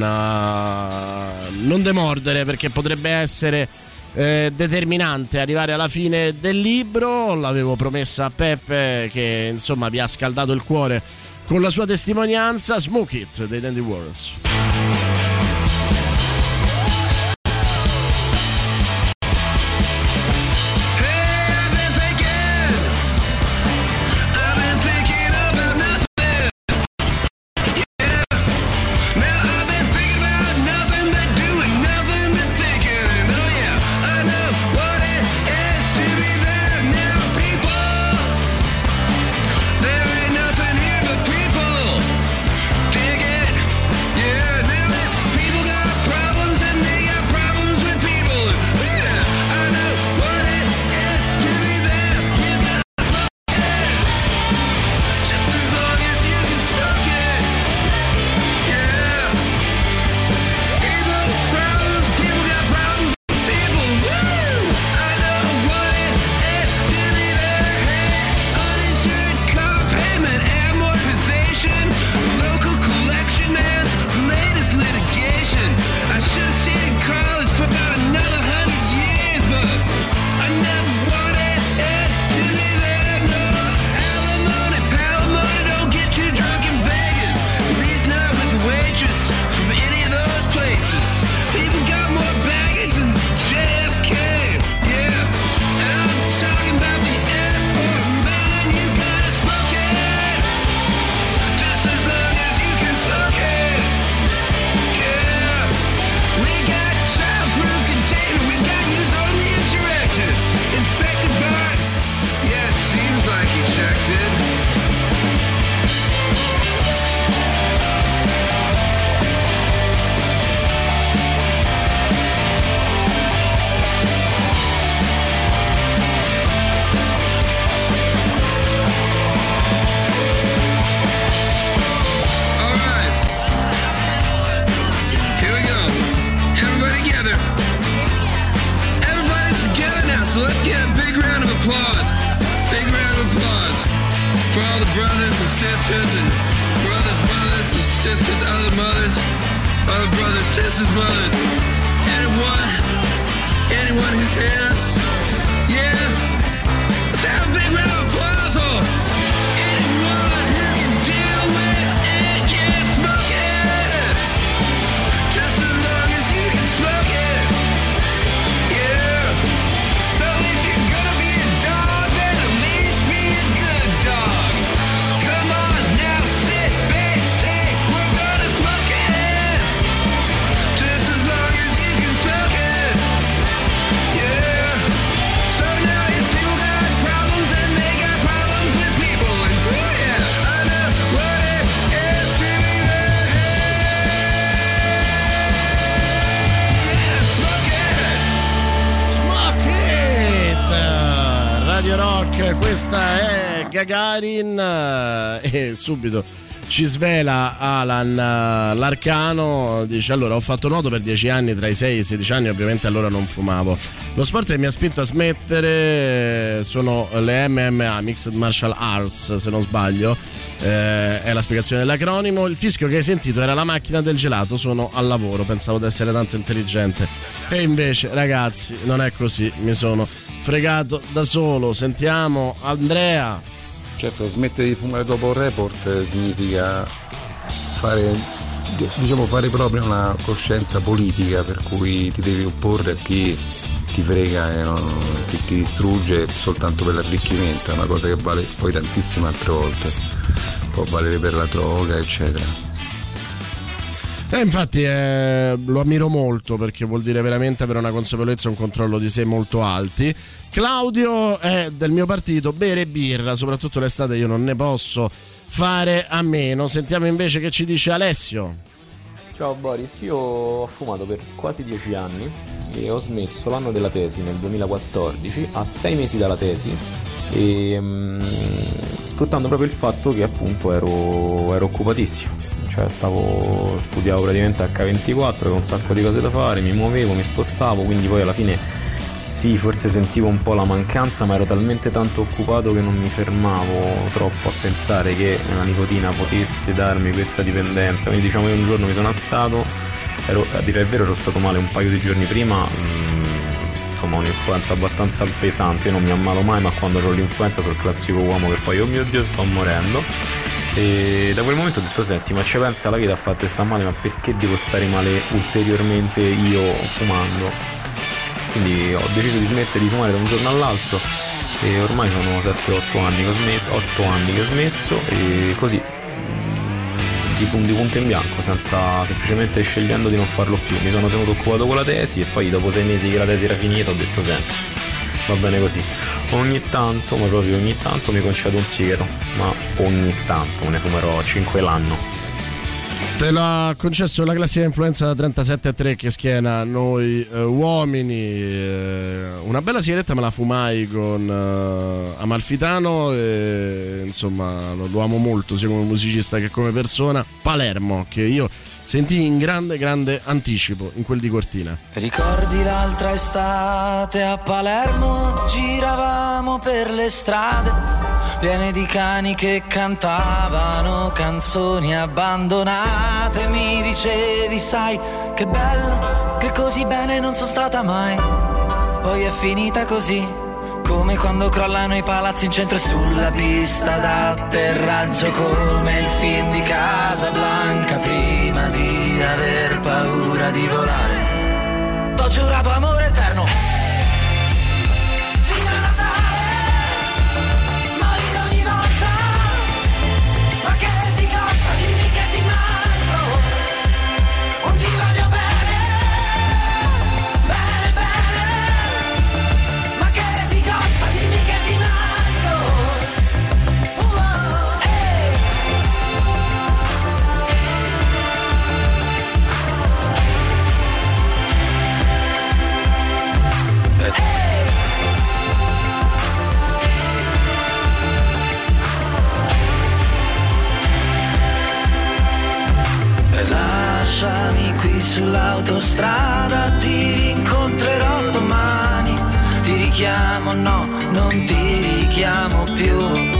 uh, non demordere, perché potrebbe essere eh, determinante arrivare alla fine del libro. L'avevo promessa a Peppe, che insomma vi ha scaldato il cuore con la sua testimonianza. Smoke It dei Dandy Warhols. Smoke it! Radio Rock, questa è Gagarin e subito ci svela Alan l'arcano, dice: allora ho fatto nuoto per dieci anni, tra i sei e i sedici anni, ovviamente allora non fumavo. Lo sport che mi ha spinto a smettere sono le M M A, Mixed Martial Arts, se non sbaglio, eh, è la spiegazione dell'acronimo. Il fischio che hai sentito era la macchina del gelato, sono al lavoro, pensavo di essere tanto intelligente e invece ragazzi non è così, mi sono fregato da solo. Sentiamo Andrea. Certo, smettere di fumare dopo un report significa fare, diciamo, fare proprio una coscienza politica, per cui ti devi opporre a chi ti frega e non, chi ti distrugge soltanto per l'arricchimento. È una cosa che vale poi tantissime altre volte, può valere per la droga eccetera. E eh, infatti eh, lo ammiro molto, perché vuol dire veramente avere una consapevolezza e un controllo di sé molto alti. Claudio è del mio partito, bere birra, soprattutto l'estate io non ne posso fare a meno. Sentiamo invece che ci dice Alessio. Ciao Boris, io ho fumato per quasi dieci anni e ho smesso l'anno della tesi nel duemilaquattordici, a sei mesi dalla tesi, e um, sfruttando proprio il fatto che appunto ero, ero occupatissimo. Cioè stavo, studiavo praticamente acca ventiquattro, avevo un sacco di cose da fare, mi muovevo, mi spostavo, quindi poi alla fine sì, forse sentivo un po' la mancanza, ma ero talmente tanto occupato che non mi fermavo troppo a pensare che la nicotina potesse darmi questa dipendenza. Quindi diciamo che un giorno mi sono alzato, ero, a dire il vero ero stato male un paio di giorni prima, mh, insomma un'influenza abbastanza pesante, io non mi ammalo mai, ma quando ho l'influenza sono il classico uomo che poi oh mio Dio sto morendo. E da quel momento ho detto: senti, ma ci pensa, la vita a fatte sta male, ma perché devo stare male ulteriormente io fumando? Quindi ho deciso di smettere di fumare da un giorno all'altro e ormai sono sette otto anni che ho smesso, otto anni che ho smesso, e così di, di punto in bianco, senza, semplicemente scegliendo di non farlo più. Mi sono tenuto occupato con la tesi e poi dopo sei mesi che la tesi era finita ho detto: senti, va bene così. Ogni tanto, ma proprio ogni tanto mi concedo un sigaro, ma ogni tanto, me ne fumerò cinque l'anno. Te l'ha concesso la classica influenza da trentasette a tre che schiena noi eh, uomini. Eh, una bella sigaretta me la fumai con eh, Amalfitano e insomma lo, lo amo molto sia come musicista che come persona. Palermo, che io sentii in grande grande anticipo in quel di Cortina. Ricordi l'altra estate a Palermo, giravamo per le strade piene di cani che cantavano canzoni abbandonate. Mi dicevi: sai che bello, che così bene non sono stata mai. Poi è finita così, come quando crollano i palazzi in centro e sulla pista d'atterraggio, come il film di Casablanca prima di aver paura di volare. T'ho giurato amore eterno fino a Natale, morire ogni volta, ma che ti costa, dimmi che ti manco, non ti voglio bene, bene bene, ma che ti costa, dimmi che ti manco. Oh, hey. E lasciami qui sull'autostrada, ti rincontrerò domani, ti richiamo, no, non ti richiamo più.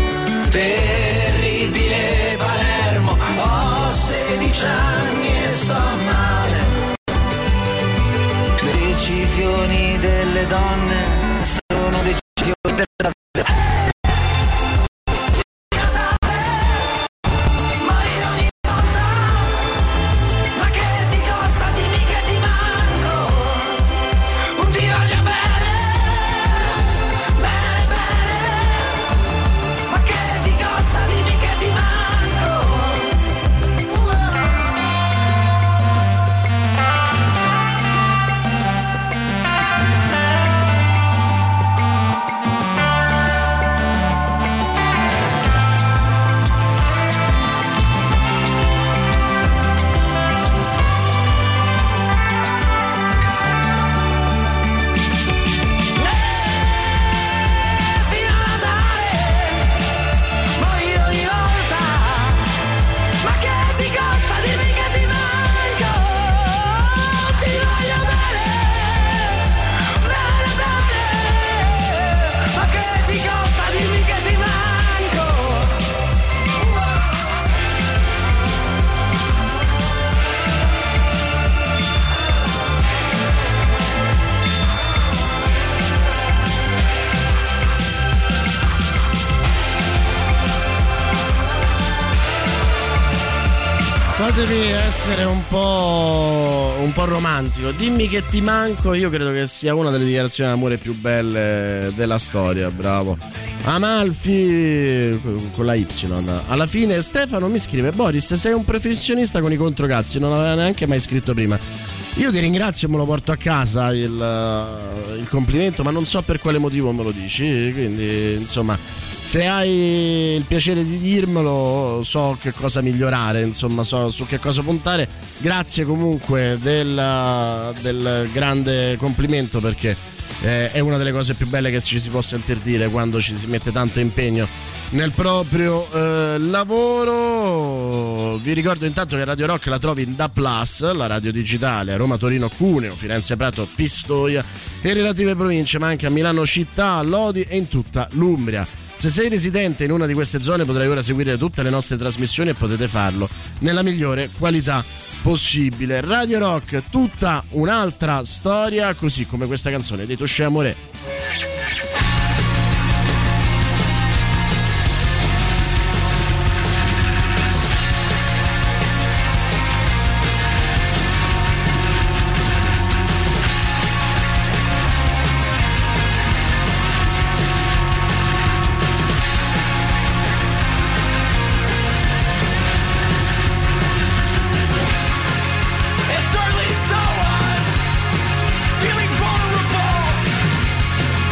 Terribile Palermo, ho sedici anni e sto male. Le decisioni delle donne sono decisioni per davvero. Morire ogni volta, ma che ti costa, dimmi che ti manco, non ti voglio bene, bene bene, ma che ti costa, dimmi che ti manco. devi essere un po' un po' romantico. Dimmi che ti manco, io credo che sia una delle dichiarazioni d'amore più belle della storia, bravo. Amalfi con la Y. Alla fine Stefano mi scrive: Boris, sei un professionista con i controcazzi, non aveva neanche mai scritto prima. Io ti ringrazio e me lo porto a casa il, il complimento, ma non so per quale motivo me lo dici, quindi insomma, se hai il piacere di dirmelo, so che cosa migliorare, insomma, so su che cosa puntare. Grazie comunque del, del grande complimento, perché eh, è una delle cose più belle che ci si può sentir dire quando ci si mette tanto impegno nel proprio eh, lavoro. Vi ricordo intanto che Radio Rock la trovi in D A B plus, la radio digitale a Roma, Torino, Cuneo, Firenze, Prato, Pistoia e relative province, ma anche a Milano città, Lodi e in tutta l'Umbria. Se sei residente in una di queste zone potrai ora seguire tutte le nostre trasmissioni e potete farlo nella migliore qualità possibile. Radio Rock, tutta un'altra storia, così come questa canzone dei Touché Amoré. It's early, so I'm feeling vulnerable.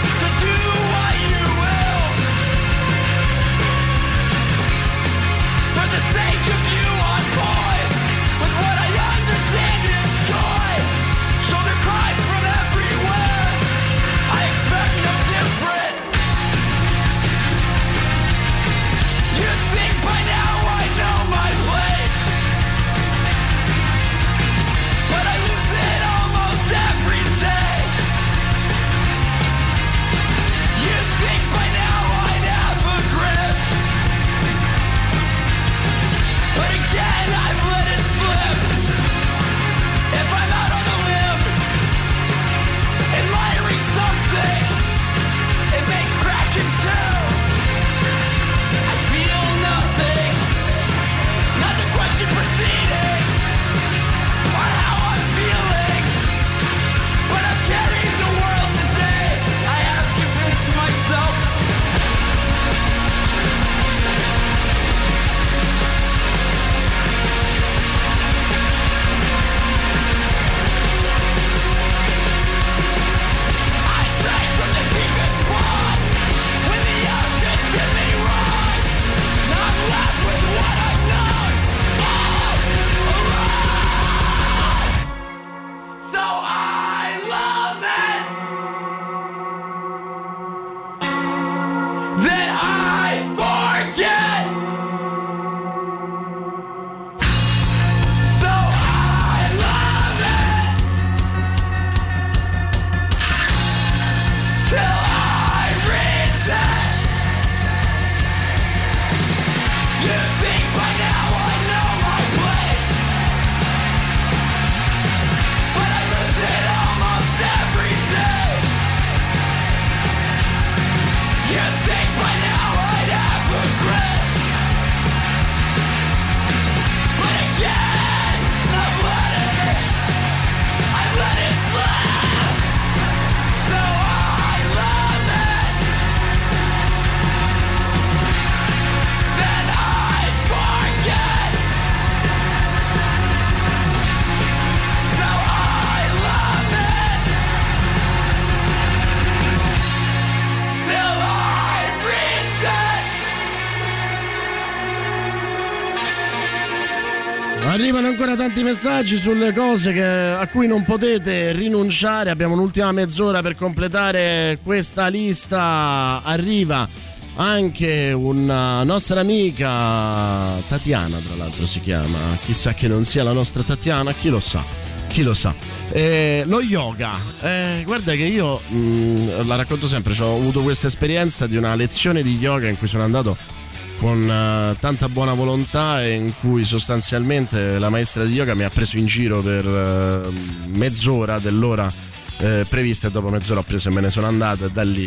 Arrivano ancora tanti messaggi sulle cose che, a cui non potete rinunciare. Abbiamo un'ultima mezz'ora per completare questa lista. Arriva anche una nostra amica Tatiana, tra l'altro si chiama, chissà che non sia la nostra Tatiana, chi lo sa, chi lo sa. Eh, lo yoga, eh, guarda che io mh, la racconto sempre, cioè, ho avuto questa esperienza di una lezione di yoga in cui sono andato con uh, tanta buona volontà e in cui sostanzialmente la maestra di yoga mi ha preso in giro per uh, mezz'ora dell'ora eh, prevista, e dopo mezz'ora ho preso e me ne sono andato, e da lì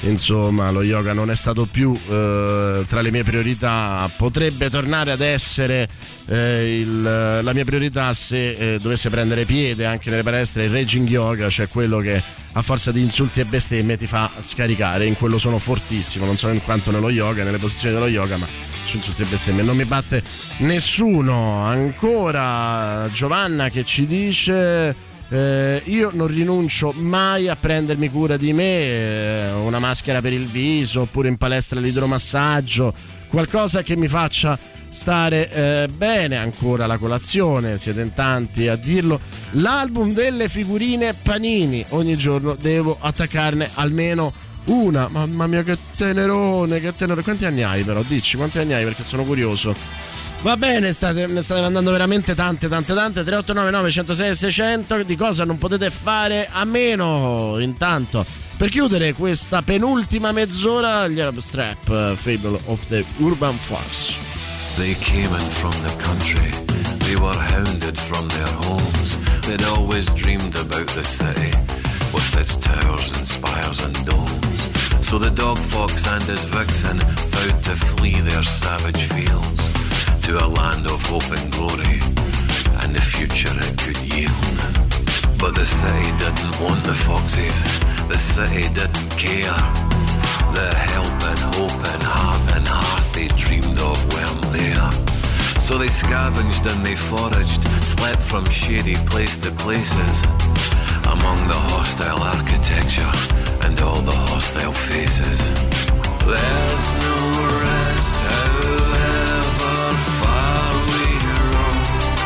insomma lo yoga non è stato più eh, tra le mie priorità. Potrebbe tornare ad essere eh, il, la mia priorità se eh, dovesse prendere piede anche nelle palestre il raging yoga, cioè quello che a forza di insulti e bestemmie ti fa scaricare. In quello sono fortissimo, non so in quanto nello yoga, nelle posizioni dello yoga, ma su insulti e bestemmie non mi batte nessuno. Ancora Giovanna che ci dice Eh, io non rinuncio mai a prendermi cura di me, eh, una maschera per il viso, oppure in palestra l'idromassaggio, qualcosa che mi faccia stare eh, bene. Ancora la colazione, siete in tanti a dirlo. L'album delle figurine Panini, ogni giorno devo attaccarne almeno una. Mamma mia che tenerone, che tenerone. Quanti anni hai però? Dici quanti anni hai, perché sono curioso. Va bene, state, ne state mandando veramente tante tante tante. Tre otto nove nove uno zero sei sei zero zero. Di cosa non potete fare a meno. Intanto, per chiudere questa penultima mezz'ora, gli Arab Strap, uh, Fable of the Urban Fox. They came in from the country, they were hounded from their homes. They'd always dreamed about the city, with its towers and spires and domes. So the dog fox and his vixen vowed to flee their savage fields, to a land of hope and glory, and the future it could yield. But the city didn't want the foxes, the city didn't care. The help and hope and heart and hearth they dreamed of weren't there. So they scavenged and they foraged, slept from shady place to places, among the hostile architecture and all the hostile faces. There's no rest, however far we roam.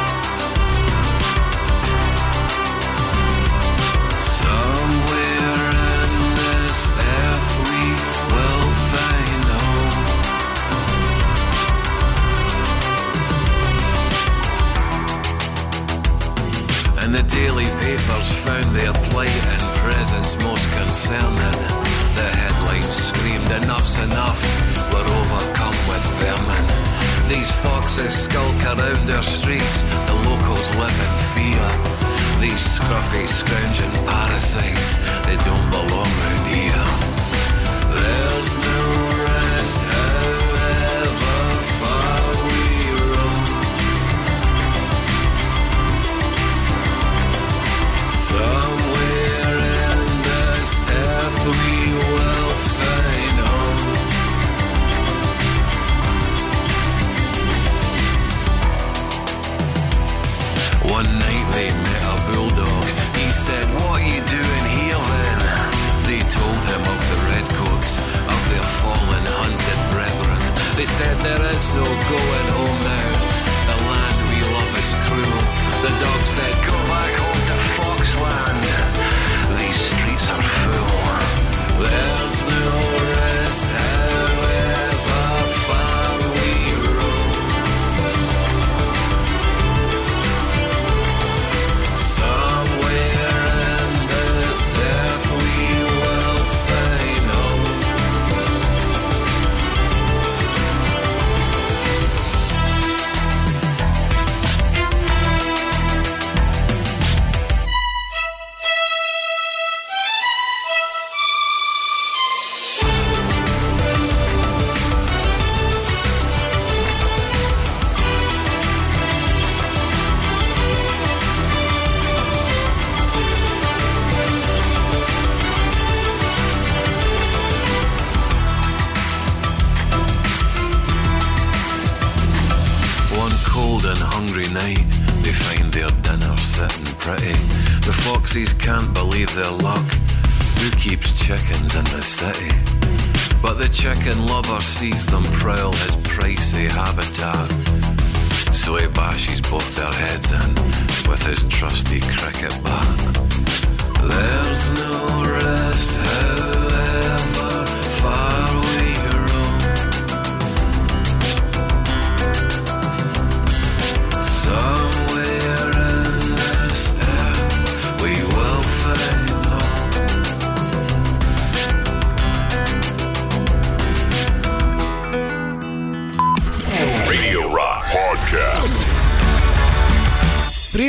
Somewhere in this earth we will find home. And the daily papers found their plight and presence most concerning. The headlines screamed, enough's enough, we're overcome with vermin. These foxes skulk around our streets, the locals live in fear. These scruffy, scrounging parasites, they don't belong round here. There's no rest, however far we roam. Somewhere in this earth we will find home. One night they met a bulldog. He said, "What are you doing here then?" They told him of the redcoats, of their fallen hunted brethren. They said, "There is no going home now. The land we love is cruel." The dog said, "Go back home to Foxland. These streets are full. There's no rest, however far we roam. Somewhere in this earth we will find home." Foxes can't believe their luck. Who keeps chickens in the city? But the chicken lover sees them prowl his pricey habitat. So he bashes both their heads in with his trusty cricket bat. There's no rest, however far we roam. Somewhere in this earth we will find home. Radio Rock Podcast. Primo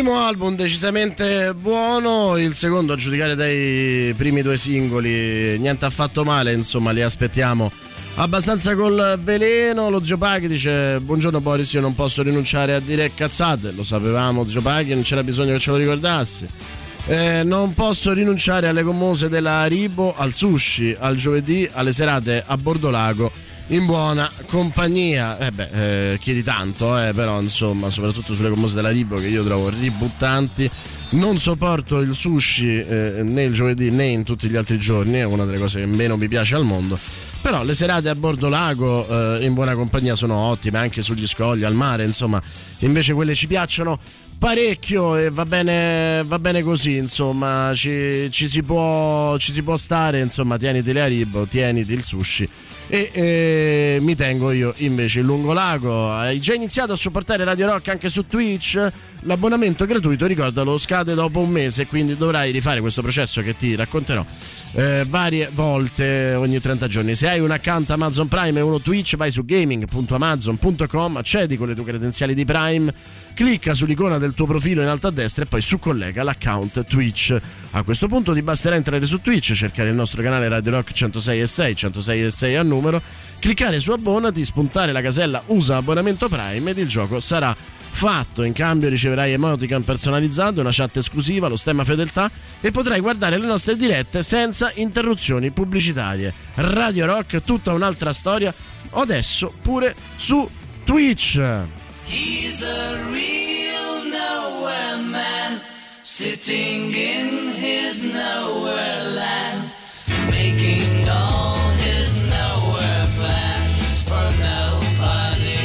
Primo album decisamente buono, il secondo a giudicare dai primi due singoli niente affatto male, insomma li aspettiamo abbastanza col veleno. Lo Zio Paghi dice: buongiorno Boris, io non posso rinunciare a dire cazzate. Lo sapevamo Zio Paghi, non c'era bisogno che ce lo ricordassi. Eh, non posso rinunciare alle commose della Haribo, al sushi, al giovedì, alle serate a Bordolago in buona compagnia. Eh beh, eh, chiedi tanto, eh, però insomma, soprattutto sulle commose della Haribo, che io trovo ributtanti. Non sopporto il sushi eh, né il giovedì né in tutti gli altri giorni, è una delle cose che meno mi piace al mondo. Però le serate a Bordolago eh, in buona compagnia sono ottime, anche sugli scogli, al mare, insomma, invece quelle ci piacciono parecchio e va bene, va bene così, insomma, ci, ci, si può, ci si può stare, insomma, tieniti le Haribo, tieniti il sushi. E eh, mi tengo io invece il Lungolago. Hai già iniziato a supportare Radio Rock anche su Twitch? L'abbonamento gratuito, ricordalo, scade dopo un mese, quindi dovrai rifare questo processo che ti racconterò eh, varie volte ogni trenta giorni. Se hai un account Amazon Prime e uno Twitch, vai su gaming punto amazon punto com, accedi con le tue credenziali di Prime, clicca sull'icona del tuo profilo in alto a destra e poi su collega l'account Twitch. A questo punto ti basterà entrare su Twitch, cercare il nostro canale Radio Rock centosei e sei, centosei e sei a numero, cliccare su abbonati, spuntare la casella usa abbonamento Prime ed il gioco sarà fatto. In cambio riceverai emoticon personalizzate, una chat esclusiva, lo stemma fedeltà e potrai guardare le nostre dirette senza interruzioni pubblicitarie. Radio Rock, tutta un'altra storia, adesso pure su Twitch. He's a real nowhere man, sitting in his nowhere land, making all his nowhere plans for nobody.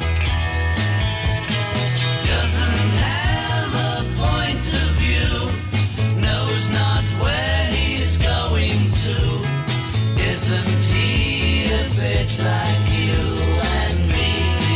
Doesn't have a point of view, knows not where he's going to. Isn't he a bit like you and me?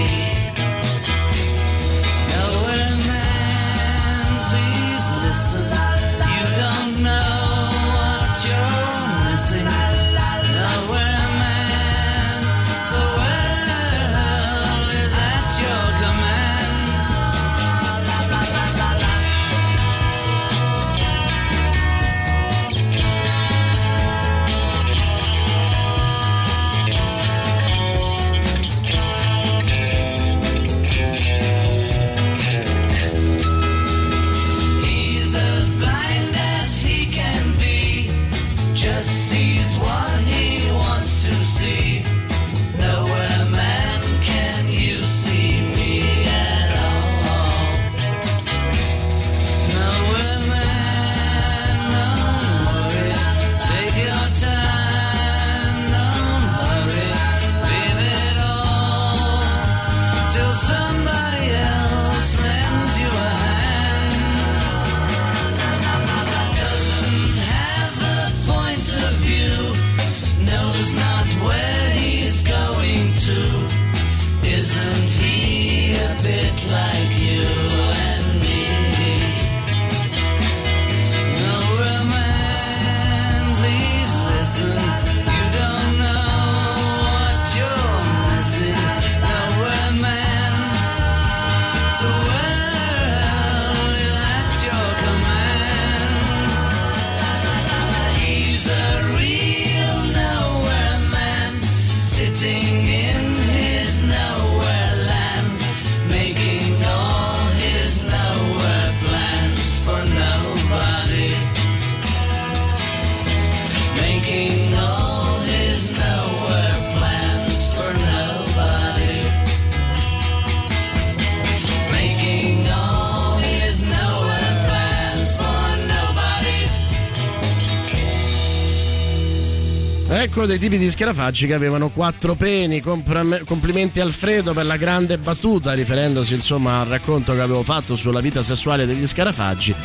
Ecco dei tipi di scarafaggi che avevano quattro peni. Compram- complimenti Alfredo per la grande battuta, riferendosi insomma al racconto che avevo fatto sulla vita sessuale degli scarafaggi.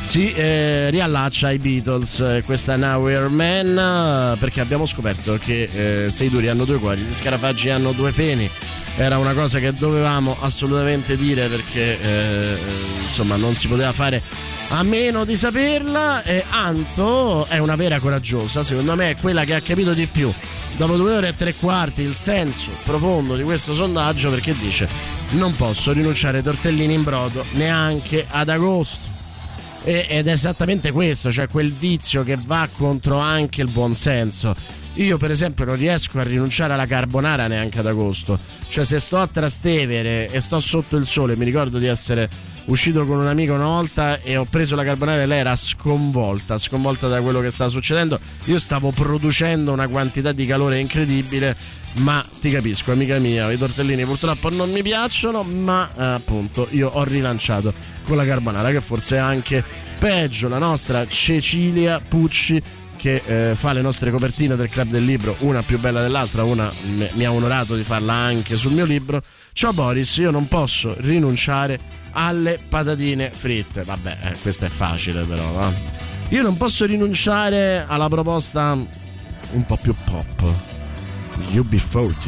si eh, riallaccia ai Beatles, eh, questa Now We're Men, eh, perché abbiamo scoperto che eh, se i duri hanno due cuori, gli scarafaggi hanno due peni. Era una cosa che dovevamo assolutamente dire, perché eh, insomma non si poteva fare a meno di saperla. E Anto è una vera coraggiosa, secondo me è quella che ha capito di più dopo due ore e tre quarti il senso profondo di questo sondaggio, perché dice: non posso rinunciare ai tortellini in brodo neanche ad agosto. E, ed è esattamente questo, cioè quel vizio che va contro anche il buonsenso. Io per esempio non riesco a rinunciare alla carbonara neanche ad agosto, cioè se sto a Trastevere e sto sotto il sole, mi ricordo di essere uscito con un'amica una volta e ho preso la carbonara e lei era sconvolta, sconvolta da quello che stava succedendo. Io stavo producendo una quantità di calore incredibile, ma ti capisco amica mia, i tortellini purtroppo non mi piacciono, ma eh, appunto io ho rilanciato con la carbonara, che forse è anche peggio. La nostra Cecilia Pucci, che eh, fa le nostre copertine del Club del Libro, una più bella dell'altra, una m- mi ha onorato di farla anche sul mio libro. Ciao Boris, io non posso rinunciare alle patatine fritte. Vabbè, eh, questa è facile però, eh. Io non posso rinunciare alla proposta un po' più pop, U B quaranta.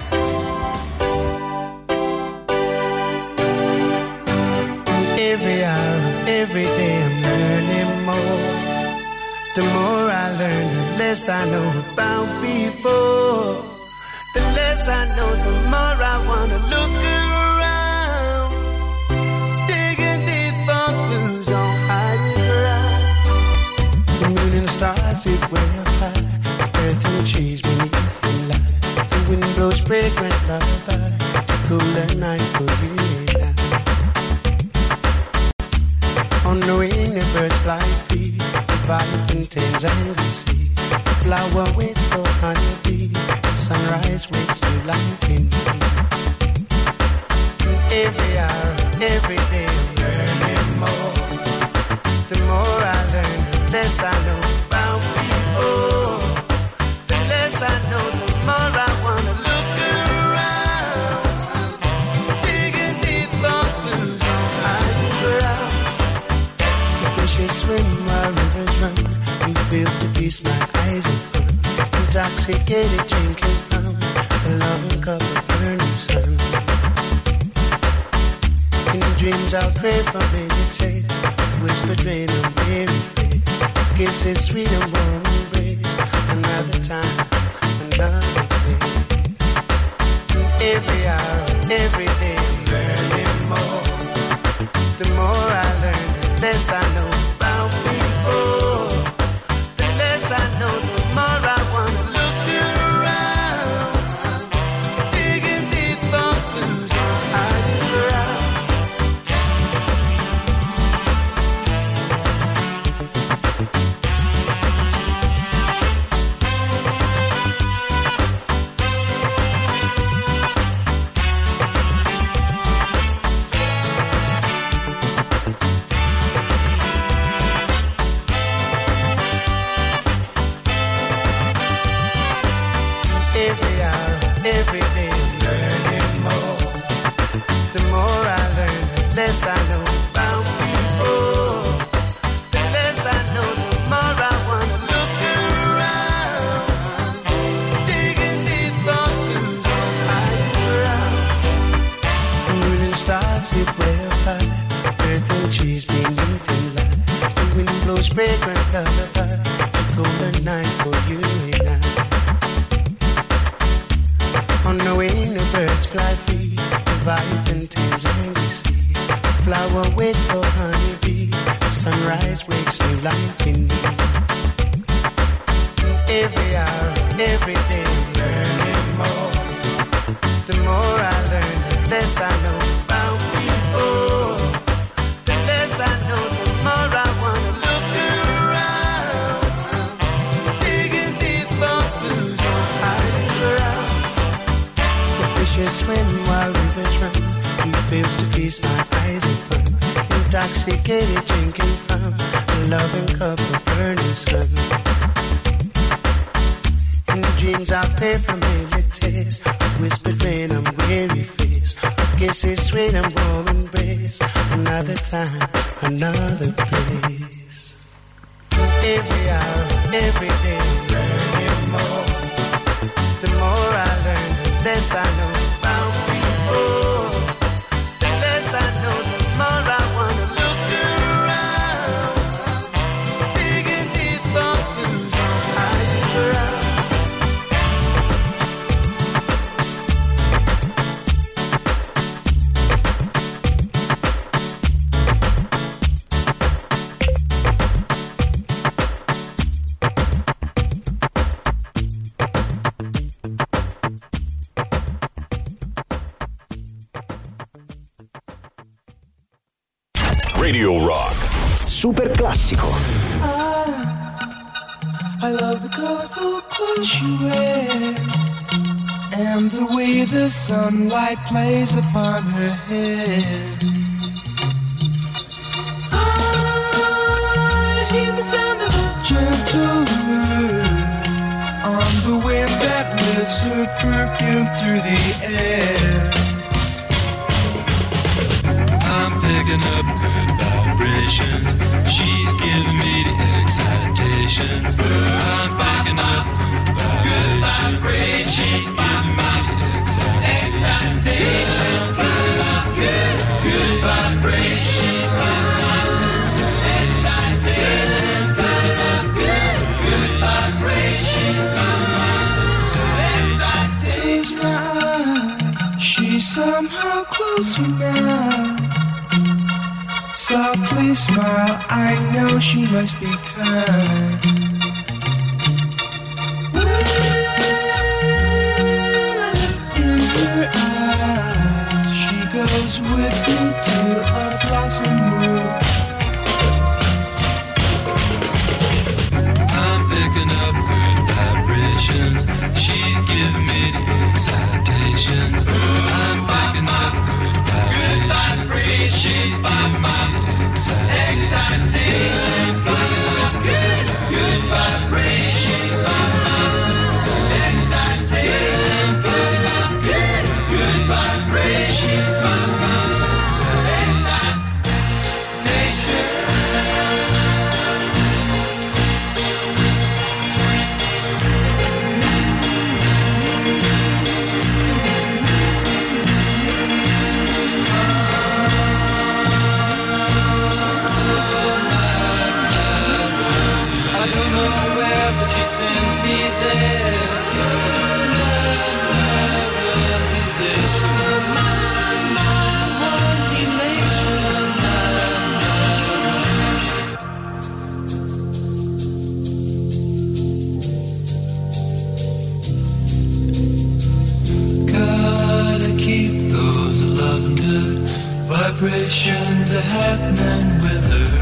Every hour, every day I'm learning more. The more I learn, the less I know about before. The less I know, the more I wanna look around. Digging deep for clues on higher ground. The moon and the stars sit way up high. Earth and the trees beneath the light. The wind blows fragrant lullaby to cool the night for you and I. On the wing the birds fly free. Leviathan tames and the sea. The flower waits for honeybee. The sunrise wakes new life in me. Every hour, every day I'm learning more. The more I learn, the less I know about people. The less I know, the more I wanna look around. Digging deep for clues on higher ground. The fishes swim while rivers run. He feels to feast my eyes in fun. Intoxicated drinking from the loving cup of burning sun. In dreams I'll pray for meditate. Whispered rain on weary face. Kisses sweet and warm embrace. Another time, another place. Every hour, every day I'm learning more. The more I learn, the less I know about people. The less I know, the more I wanna look around. Digging deep for clues on higher ground. Every hour, every day I'm learning more. The more I learn, the less I know about people. The less I know, the more I wanna look around. Digging deep for clues on higher ground. The moon and stars sit way up high. Earth and trees beneath the light. The wind blows fragrant lullaby. Golden night for you and I. On the wing the birds fly free. Leviathan tames and the sea. Flower waits for honeybee. Sunrise wakes new life in me. Every hour, every day I'm learning more. The more I learn, the less I know about people. The less I know, the more I wanna look around. Digging deep for clues on higher ground. Fishes swim while rivers run. He fails to feast my eyes in fun. Intoxicated drinking from a loving cup of burning sun. In dreams I pray for meditate. Whispered rain on weary face. Kisses sweet and warm embrace. another time, another place. Every hour, every day, learning more. The more I learn, the less I know about people. The less I know, the more I wanna look around. Digging deep for clues on higher ground. Radio Rock. Super classico. I love the colorful clothes she wears and the way the sunlight plays upon her hair. I hear the sound of a gentle word on the wind that lifts her perfume through the air. I'm picking up good vibrations. She's giving me the excitations. I'm picking up good vibrations. She's giving me the excitations. Good, good vibrations. She's giving me the excitations. Good, good vibrations. Close my eyes. She's somehow closer now. Softly smile, I know she must be kind. In her eyes, she goes with me to a blossom room. I'm picking up good vibrations. She's giving me the excitations. I'm picking up good vibrations. She's giving me excitation, good, good vibration, excitation, good, good vibration, she sends me there. Gotta keep those loving good vibrations are happening with her.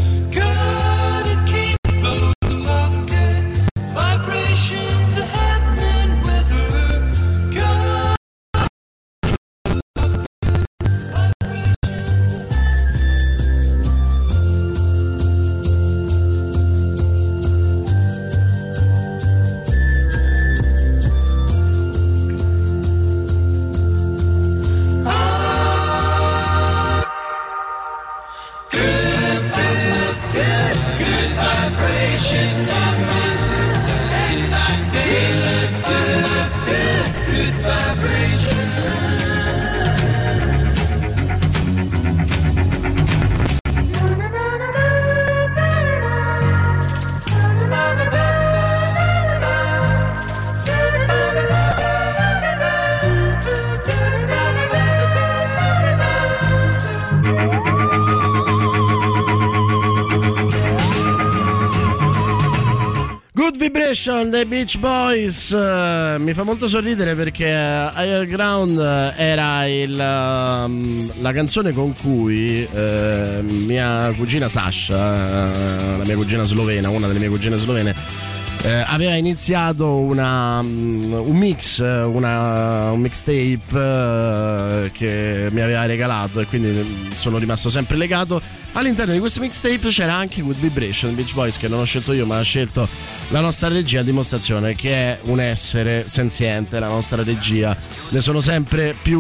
dei Beach Boys. Uh, mi fa molto sorridere perché Higher Ground era il, um, la canzone con cui uh, mia cugina Sasha, uh, la mia cugina slovena, una delle mie cugine slovene, eh, aveva iniziato una, um, un mix, una, un mixtape uh, che mi aveva regalato, e quindi sono rimasto sempre legato. All'interno di questo mixtape c'era anche Good Vibration, Beach Boys, che non ho scelto io ma ha scelto la nostra regia, a dimostrazione che è un essere senziente la nostra regia. Ne sono sempre più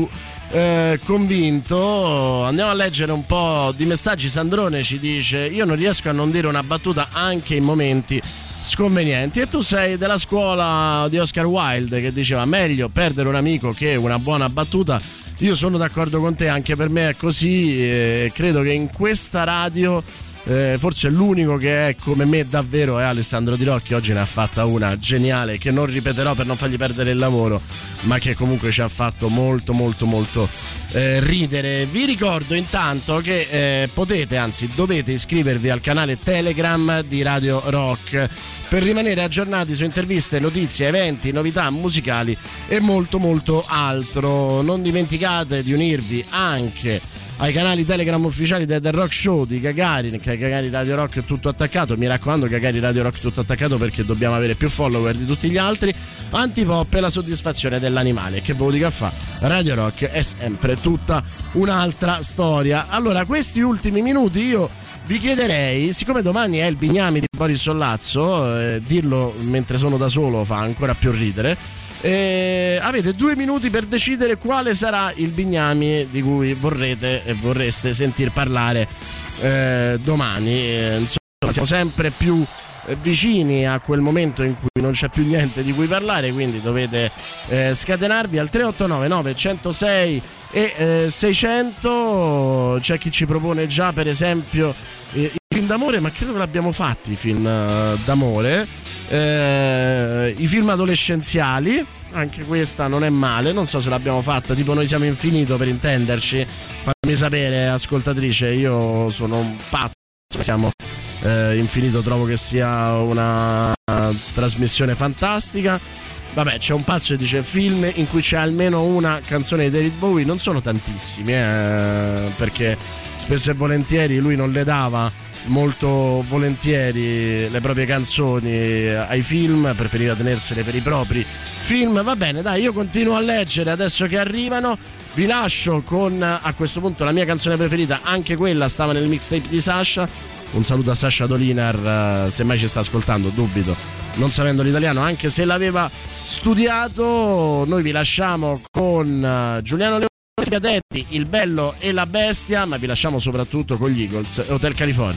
eh, convinto. Andiamo a leggere un po' di messaggi. Sandrone ci dice: io non riesco a non dire una battuta anche in momenti sconvenienti. E tu sei della scuola di Oscar Wilde, che diceva meglio perdere un amico che una buona battuta. Io sono d'accordo con te, anche per me è così, e credo che in questa radio eh, forse l'unico che è come me davvero è Alessandro Di Rocchi. Oggi ne ha fatta una geniale che non ripeterò per non fargli perdere il lavoro, ma che comunque ci ha fatto molto molto molto eh, ridere. Vi ricordo intanto che eh, potete, anzi dovete iscrivervi al canale Telegram di Radio Rock per rimanere aggiornati su interviste, notizie, eventi, novità musicali e molto molto altro. Non dimenticate di unirvi anche ai canali Telegram ufficiali del The Rock Show di Gagarin, che è Gagarin Radio Rock tutto attaccato. Mi raccomando, Gagarin Radio Rock tutto attaccato, perché dobbiamo avere più follower di tutti gli altri. Antipop e la soddisfazione dell'animale. Che ve lo dica a fa? Radio Rock è sempre tutta un'altra storia. Allora, questi ultimi minuti io vi chiederei, siccome domani è il Bignami di Boris Sollazzo, eh, dirlo mentre sono da solo fa ancora più ridere, eh, avete due minuti per decidere quale sarà il Bignami di cui vorrete e vorreste sentir parlare eh, domani. Eh, insomma, siamo sempre più eh, vicini a quel momento in cui non c'è più niente di cui parlare, quindi dovete eh, scatenarvi al tre otto nove nove uno zero sei e eh, seicento. C'è chi ci propone già, per esempio, eh, i film d'amore, ma credo che l'abbiamo fatti i film eh, d'amore, eh, i film adolescenziali, anche questa non è male, non so se l'abbiamo fatta, tipo Noi siamo infinito, per intenderci. Fammi sapere, ascoltatrice, io sono un pazzo, siamo eh, infinito, trovo che sia una trasmissione fantastica. Vabbè, c'è un pazzo che dice film in cui c'è almeno una canzone di David Bowie. Non sono tantissimi, eh, perché spesso e volentieri lui non le dava molto volentieri le proprie canzoni ai film, preferiva tenersele per i propri film. Va bene, dai, io continuo a leggere adesso che arrivano. Vi lascio con, a questo punto, la mia canzone preferita, anche quella stava nel mixtape di Sasha. Un saluto a Sasha Dolinar, se mai ci sta ascoltando, dubito, non sapendo l'italiano, anche se l'aveva studiato. Noi vi lasciamo con Giuliano Leone, Gadetti, Il bello e la bestia, ma vi lasciamo soprattutto con gli Eagles e Hotel California.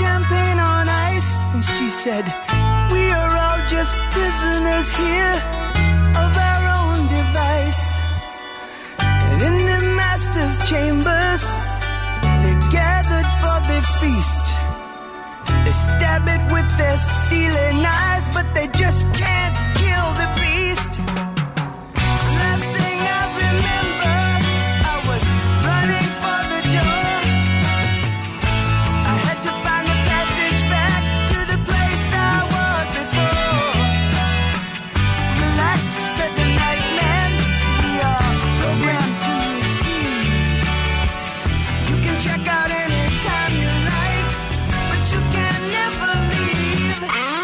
champagne on ice, and she said, we are all just prisoners here of our own device. And in the master's chambers, they gathered for the feast. They stab it with their steely knives, but they just can't kill the beast. Last thing I remember, I was running for the door. I had to find the passage back to the place I was before. Relax, said the night man, we are programmed to receive. You can check out anytime you like, but you can never leave.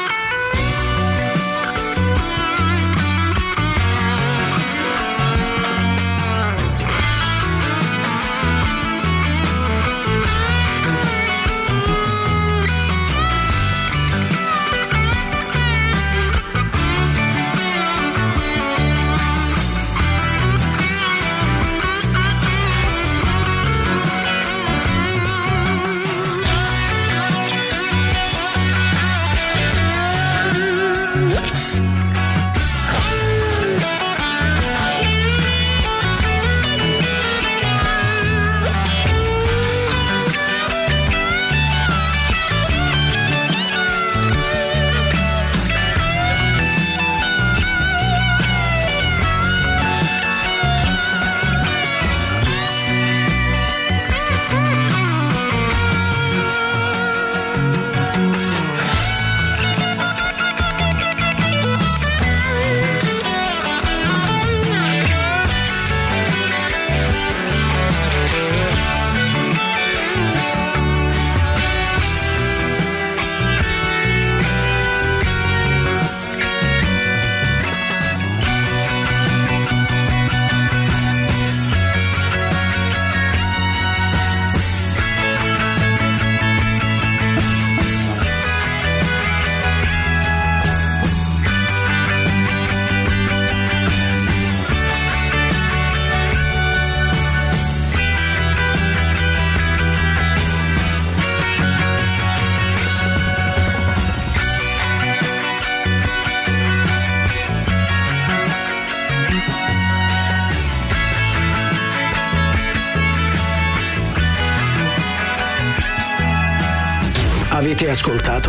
Avete ascoltato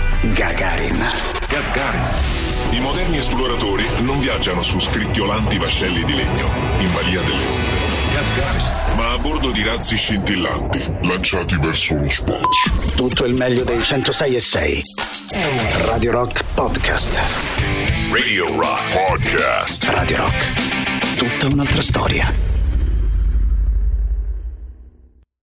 Gagarin. Gagarin. I moderni esploratori non viaggiano su scricchiolanti vascelli di legno in balia delle onde, Gagarin, ma a bordo di razzi scintillanti lanciati verso lo spazio. Tutto il meglio dei centosei e sei. Radio Rock Podcast. Radio Rock Podcast. Radio Rock. Tutta un'altra storia.